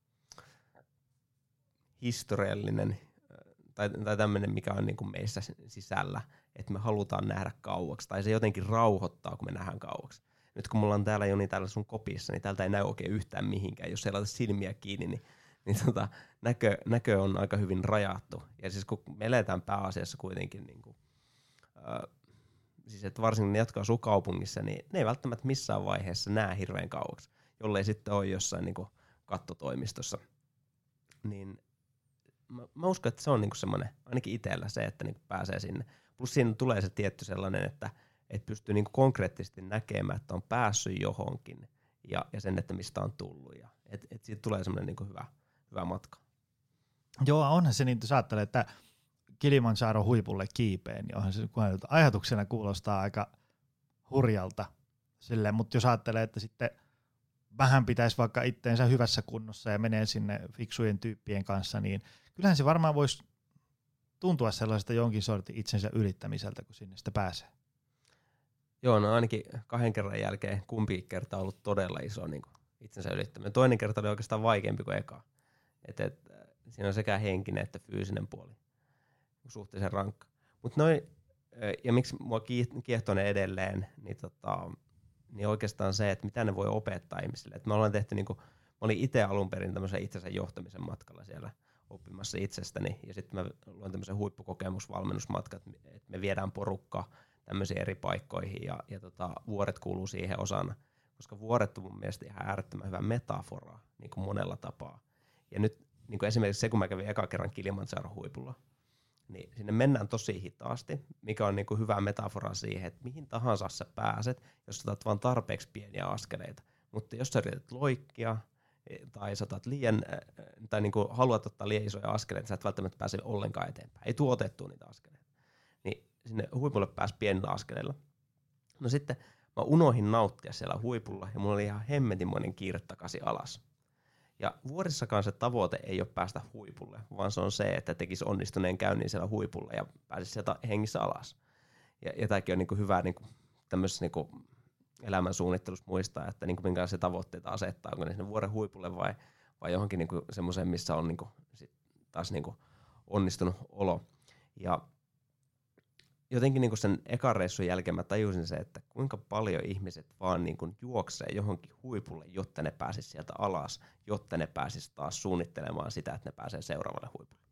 [SPEAKER 3] historiallinen tai, tai tämmöinen, mikä on niinku meissä sisällä, että me halutaan nähdä kauaksi tai se jotenkin rauhoittaa, kun me nähdään kauaksi. Nyt kun mulla on täällä Joni täällä sun kopissa, niin täältä ei näy oikein yhtään mihinkään. Jos ei laita silmiä kiinni, niin, niin tota, näkö, näkö on aika hyvin rajattu. Ja siis kun me eletään pääasiassa kuitenkin, niin kuin, äh, siis että varsinkin ne, jotka asuu kaupungissa, niin ne ei välttämättä missään vaiheessa näe hirveän kauaksi, jollei sitten ole jossain niin kuin kattotoimistossa. Niin mä, mä uskon, että se on niin kuin semmoinen, ainakin itsellä se, että niin kuin pääsee sinne. Plus siinä tulee se tietty sellainen, että että pystyy niinku konkreettisesti näkemään, että on päässyt johonkin ja, ja sen, että mistä on tullut. Ja et, et siitä tulee semmoinen niinku hyvä, hyvä matka.
[SPEAKER 2] Joo, onhan se niin, että ajattelee, että Kilimanjaron huipulle kiipeen, niin onhan se ajatuksena kuulostaa aika hurjalta. Silleen, mutta jos ajattelee, että sitten vähän pitäisi vaikka itteensä hyvässä kunnossa ja menee sinne fiksujen tyyppien kanssa, niin kyllähän se varmaan voisi tuntua sellaisesta jonkin sortin itsensä ylittämiseltä, kun sinne sitä pääsee.
[SPEAKER 3] Joo, no ainakin kahden kerran jälkeen kumpikin kerta on ollut todella iso niin kuin itsensä ylittäminen. Toinen kerta oli oikeastaan vaikeampi kuin eka. Et, et, siinä on sekä henkinen että fyysinen puoli suhteellisen rankka. Mut noi, ja miksi mua kiehtoo ne edelleen, niin, tota, niin oikeastaan se, että mitä ne voi opettaa ihmisille. Et me ollaan tehty, niin kuin, mä olin itse alun perin tämmöisen itsensä johtamisen matkalla siellä oppimassa itsestäni, ja sitten mä luon tämmöisen huippukokemusvalmennusmatkan, että me viedään porukkaa tämmöisiin eri paikkoihin, ja, ja tota, vuoret kuuluu siihen osana, koska vuoret on mun mielestä ihan äärettömän hyvä metafora niin kuin monella tapaa. Ja nyt niin kuin esimerkiksi se, kun mä kävin eka kerran Kilimanjaron huipulla, niin sinne mennään tosi hitaasti, mikä on niin kuin hyvä metafora siihen, että mihin tahansa sä pääset, jos sä otat vaan tarpeeksi pieniä askeleita. Mutta jos sä yrität loikkia, tai sä otat liian, tai niin kuin haluat ottaa liian isoja askeleita, sä et välttämättä pääse ollenkaan eteenpäin. Ei tuo otettua niitä askeleita. Niin sinne huipulle pääsi pienillä askeleilla. No sitten mä unohin nauttia siellä huipulla, ja mulla oli ihan hemmetinmoinen kiire takaisin alas. Ja vuorissakaan se tavoite ei ole päästä huipulle, vaan se on se, että tekisi onnistuneen käynnin siellä huipulla ja pääsisi sieltä hengissä alas. Ja, ja tämäkin on niin kuin hyvä niin kuin tämmöisessä niin kuin elämän suunnittelussa muistaa, että niin kuin minkälaisia tavoitteita asettaa, onko ne sinne vuoren huipulle vai, vai johonkin niin kuin semmoiseen, missä on niin kuin sit taas niin kuin onnistunut olo. Ja jotenkin niin kuin sen ekan reissun jälkeen mä tajusin se, että kuinka paljon ihmiset vaan niin kuin juoksee johonkin huipulle, jotta ne pääsis sieltä alas, jotta ne pääsis taas suunnittelemaan sitä, että ne pääsee seuraavalle huipulle.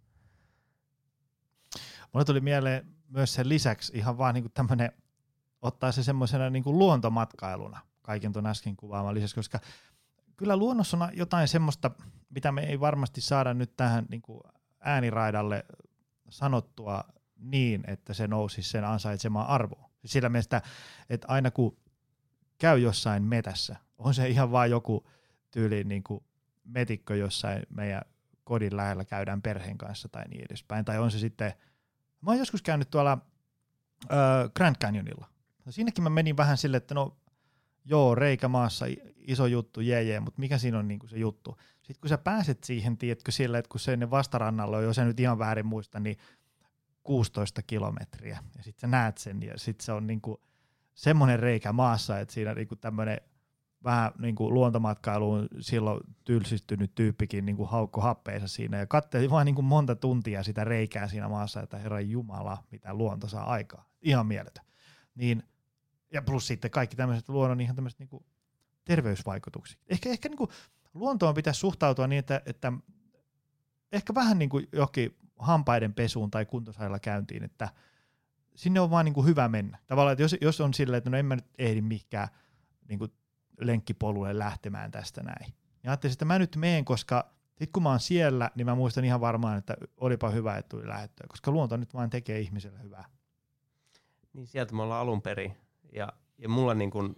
[SPEAKER 2] Mulle tuli mieleen myös sen lisäksi ihan vaan niin kuin tämmöinen, ottaa se semmoisena niin kuin luontomatkailuna kaiken tuon äsken kuvaamaan lisäksi, koska kyllä luonnossa on jotain semmoista, mitä me ei varmasti saada nyt tähän niin kuin ääniraidalle sanottua niin, että se nousisi sen ansaitsemaan arvoon. Sillä mielessä, että aina kun käy jossain metässä, on se ihan vaan joku tyyli niin kuin metikkö jossain meidän kodin lähellä käydään perheen kanssa tai niin edespäin. Tai on se sitten, mä oon joskus käynyt tuolla äh, Grand Canyonilla. No siinäkin mä menin vähän silleen, että no joo, reikä maassa, iso juttu, jee jee, mutta mikä siinä on niin kuin se juttu. Sitten kun sä pääset siihen, tiedätkö sillä, että kun se ennen vastarannalla on, jos sä nyt ihan väärin muista, niin kuusitoista kilometriä, ja sitten sä näet sen, ja sitten se on niinku semmoinen reikä maassa, että siinä niinku tämmöinen vähän niinku luontomatkailuun silloin tylsistynyt tyyppikin niinku haukko happeensa siinä, ja katseli vaan niinku monta tuntia sitä reikää siinä maassa, että herran jumala, mitä luonto saa aikaa. Ihan mieletön. Niin, ja plus sitten kaikki tämmöiset luonnon ihan tämmöiset niinku terveysvaikutukset. Ehkä, ehkä niinku luontoon pitäisi suhtautua niin, että, että ehkä vähän niin kuin johonkin hampaiden pesuun tai kuntosalilla käyntiin, että sinne on vaan niin kuin hyvä mennä. Tavallaan, että jos, jos on silleen, että no en mä nyt ehdi mihinkään niin kuin lenkkipolulle lähtemään tästä näin. Ja ajattelin, että mä nyt meen, koska sit kun mä oon siellä, niin mä muistan ihan varmaan, että olipa hyvä, että tuli lähettyä, koska luonto nyt vaan tekee ihmiselle hyvää.
[SPEAKER 3] Niin sieltä me ollaan alun perin. Ja, ja mulla niin kuin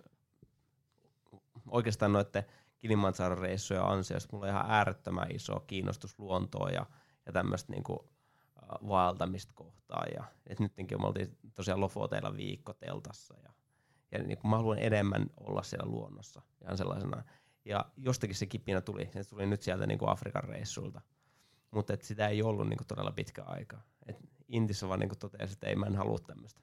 [SPEAKER 3] oikeastaan noitten Kilimanjaron reissuja ansiosta mulla on ihan äärettömän iso kiinnostus luontoa ja, ja tämmöistä niinku vaeltamista kohtaan. Ja, et nytkin me oltiin tosiaan Lofoteilla viikko teltassa ja, ja niinku mä haluan enemmän olla siellä luonnossa ihan sellaisena. Ja jostakin se kipinä tuli, se tuli nyt sieltä niinku Afrikan reissulta, mutta sitä ei ollut niinku todella pitkä aika. Et Intissä vaan niinku totesi, että ei mä en halua tämmöistä.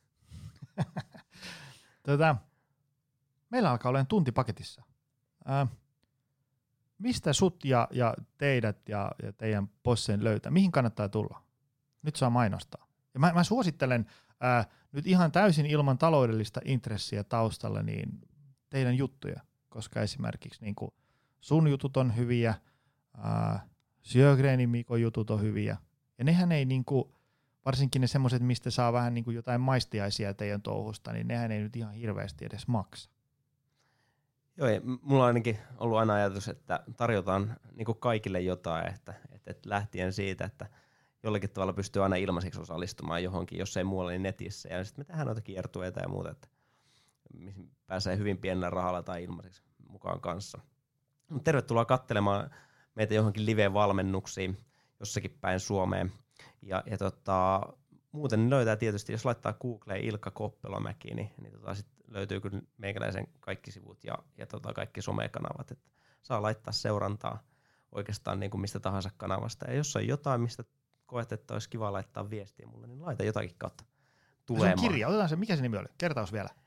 [SPEAKER 2] Tätä, meillä alkaa olemaan tunti paketissa. Ää, mistä sut ja, ja teidät ja, ja teidän bossen löytää? Mihin kannattaa tulla? Nyt saa mainostaa. Ja mä, mä suosittelen ää, nyt ihan täysin ilman taloudellista intressiä taustalla niin teidän juttuja, koska esimerkiksi niin kuin sun jutut on hyviä, ää, Sjögrenin Mikon jutut on hyviä, ja nehän ei niin kuin, varsinkin ne semmoiset, mistä saa vähän niin kuin jotain maistiaisia teidän touhusta, niin nehän ei nyt ihan hirveästi edes maksa.
[SPEAKER 3] Joo, ja mulla on ainakin ollut aina ajatus, että tarjotaan niin kuin kaikille jotain, että, että, että lähtien siitä, että jollakin tavalla pystyy aina ilmaiseksi osallistumaan johonkin, jos ei muualla niin netissä. Ja sitten me tehdään noita kiertueita ja muuta, että pääsee hyvin pienellä rahalla tai ilmaiseksi mukaan kanssa. Tervetuloa katselemaan meitä johonkin live-valmennuksiin jossakin päin Suomeen. Ja, ja tota, muuten löytää tietysti, jos laittaa Googleen Ilkka Koppelomäki, niin, niin tota sit löytyy kyllä meikäläisen kaikki sivut ja, ja tota kaikki somekanavat. Että saa laittaa seurantaa oikeastaan niin kuin mistä tahansa kanavasta. Ja jos on jotain, mistä koet, että olisi kiva laittaa viestiä mulle, niin laita jotakin kautta tulemaan.
[SPEAKER 2] Se on kirja, otetaan se, mikä se nimi oli? Kertaus vielä.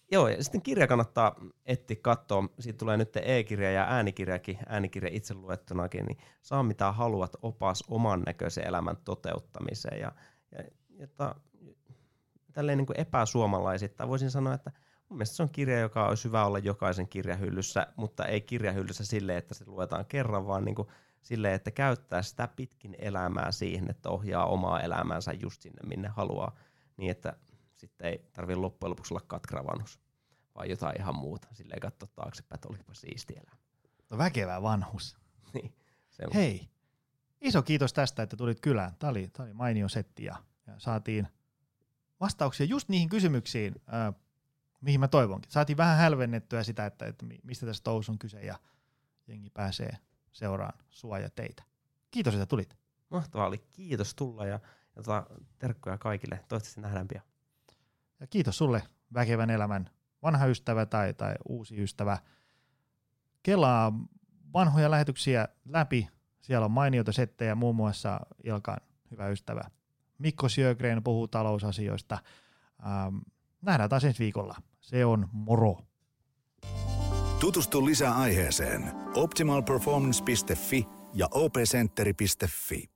[SPEAKER 3] Joo, ja sitten kirja kannattaa etsiä katsoa. Siitä tulee nyt e-kirja ja äänikirjakin, äänikirja itse luettunakin, niin saa mitä haluat, opas oman näköisen elämän toteuttamiseen. Ja, ja, ja tälleen niin kuin epäsuomalaisittain voisin sanoa, että mun mielestä se on kirja, joka olisi hyvä olla jokaisen kirjahyllyssä, mutta ei kirjahyllyssä silleen, että se luetaan kerran, vaan niin kuin silleen, että käyttää sitä pitkin elämää siihen, että ohjaa omaa elämäänsä just sinne, minne haluaa, niin että sitten ei tarvitse loppujen lopuksi olla katkravanhus, vaan jotain ihan muuta. Silleen katsoa taaksepäin, että olipa siisti elämä.
[SPEAKER 2] No väkevä vanhus.
[SPEAKER 3] Niin,
[SPEAKER 2] hei, iso kiitos tästä, että tulit kylään. Tämä oli, tämä oli mainio setti ja, ja saatiin vastauksia just niihin kysymyksiin, äh, mihin mä toivonkin. Saatiin vähän hälvennettyä sitä, että, että mistä tässä touhussa on kyse ja jengi pääsee seuraan sua ja teitä. Kiitos, että tulit.
[SPEAKER 3] Mahtavaa oli. Kiitos tulla ja, ja tota, terkkoja kaikille. Toivottavasti nähdään pian.
[SPEAKER 2] Ja kiitos sulle, väkevän elämän vanha ystävä tai, tai uusi ystävä. Kelaa vanhoja lähetyksiä läpi. Siellä on mainioita settejä, muun muassa Ilkan hyvä ystävä Mikko Sjögren puhuu talousasioista. Ähm, nähdään taas ensi viikolla. Se on moro.
[SPEAKER 1] Tutustu lisää aiheeseen optimal performance piste fi ja o p centeri piste fi.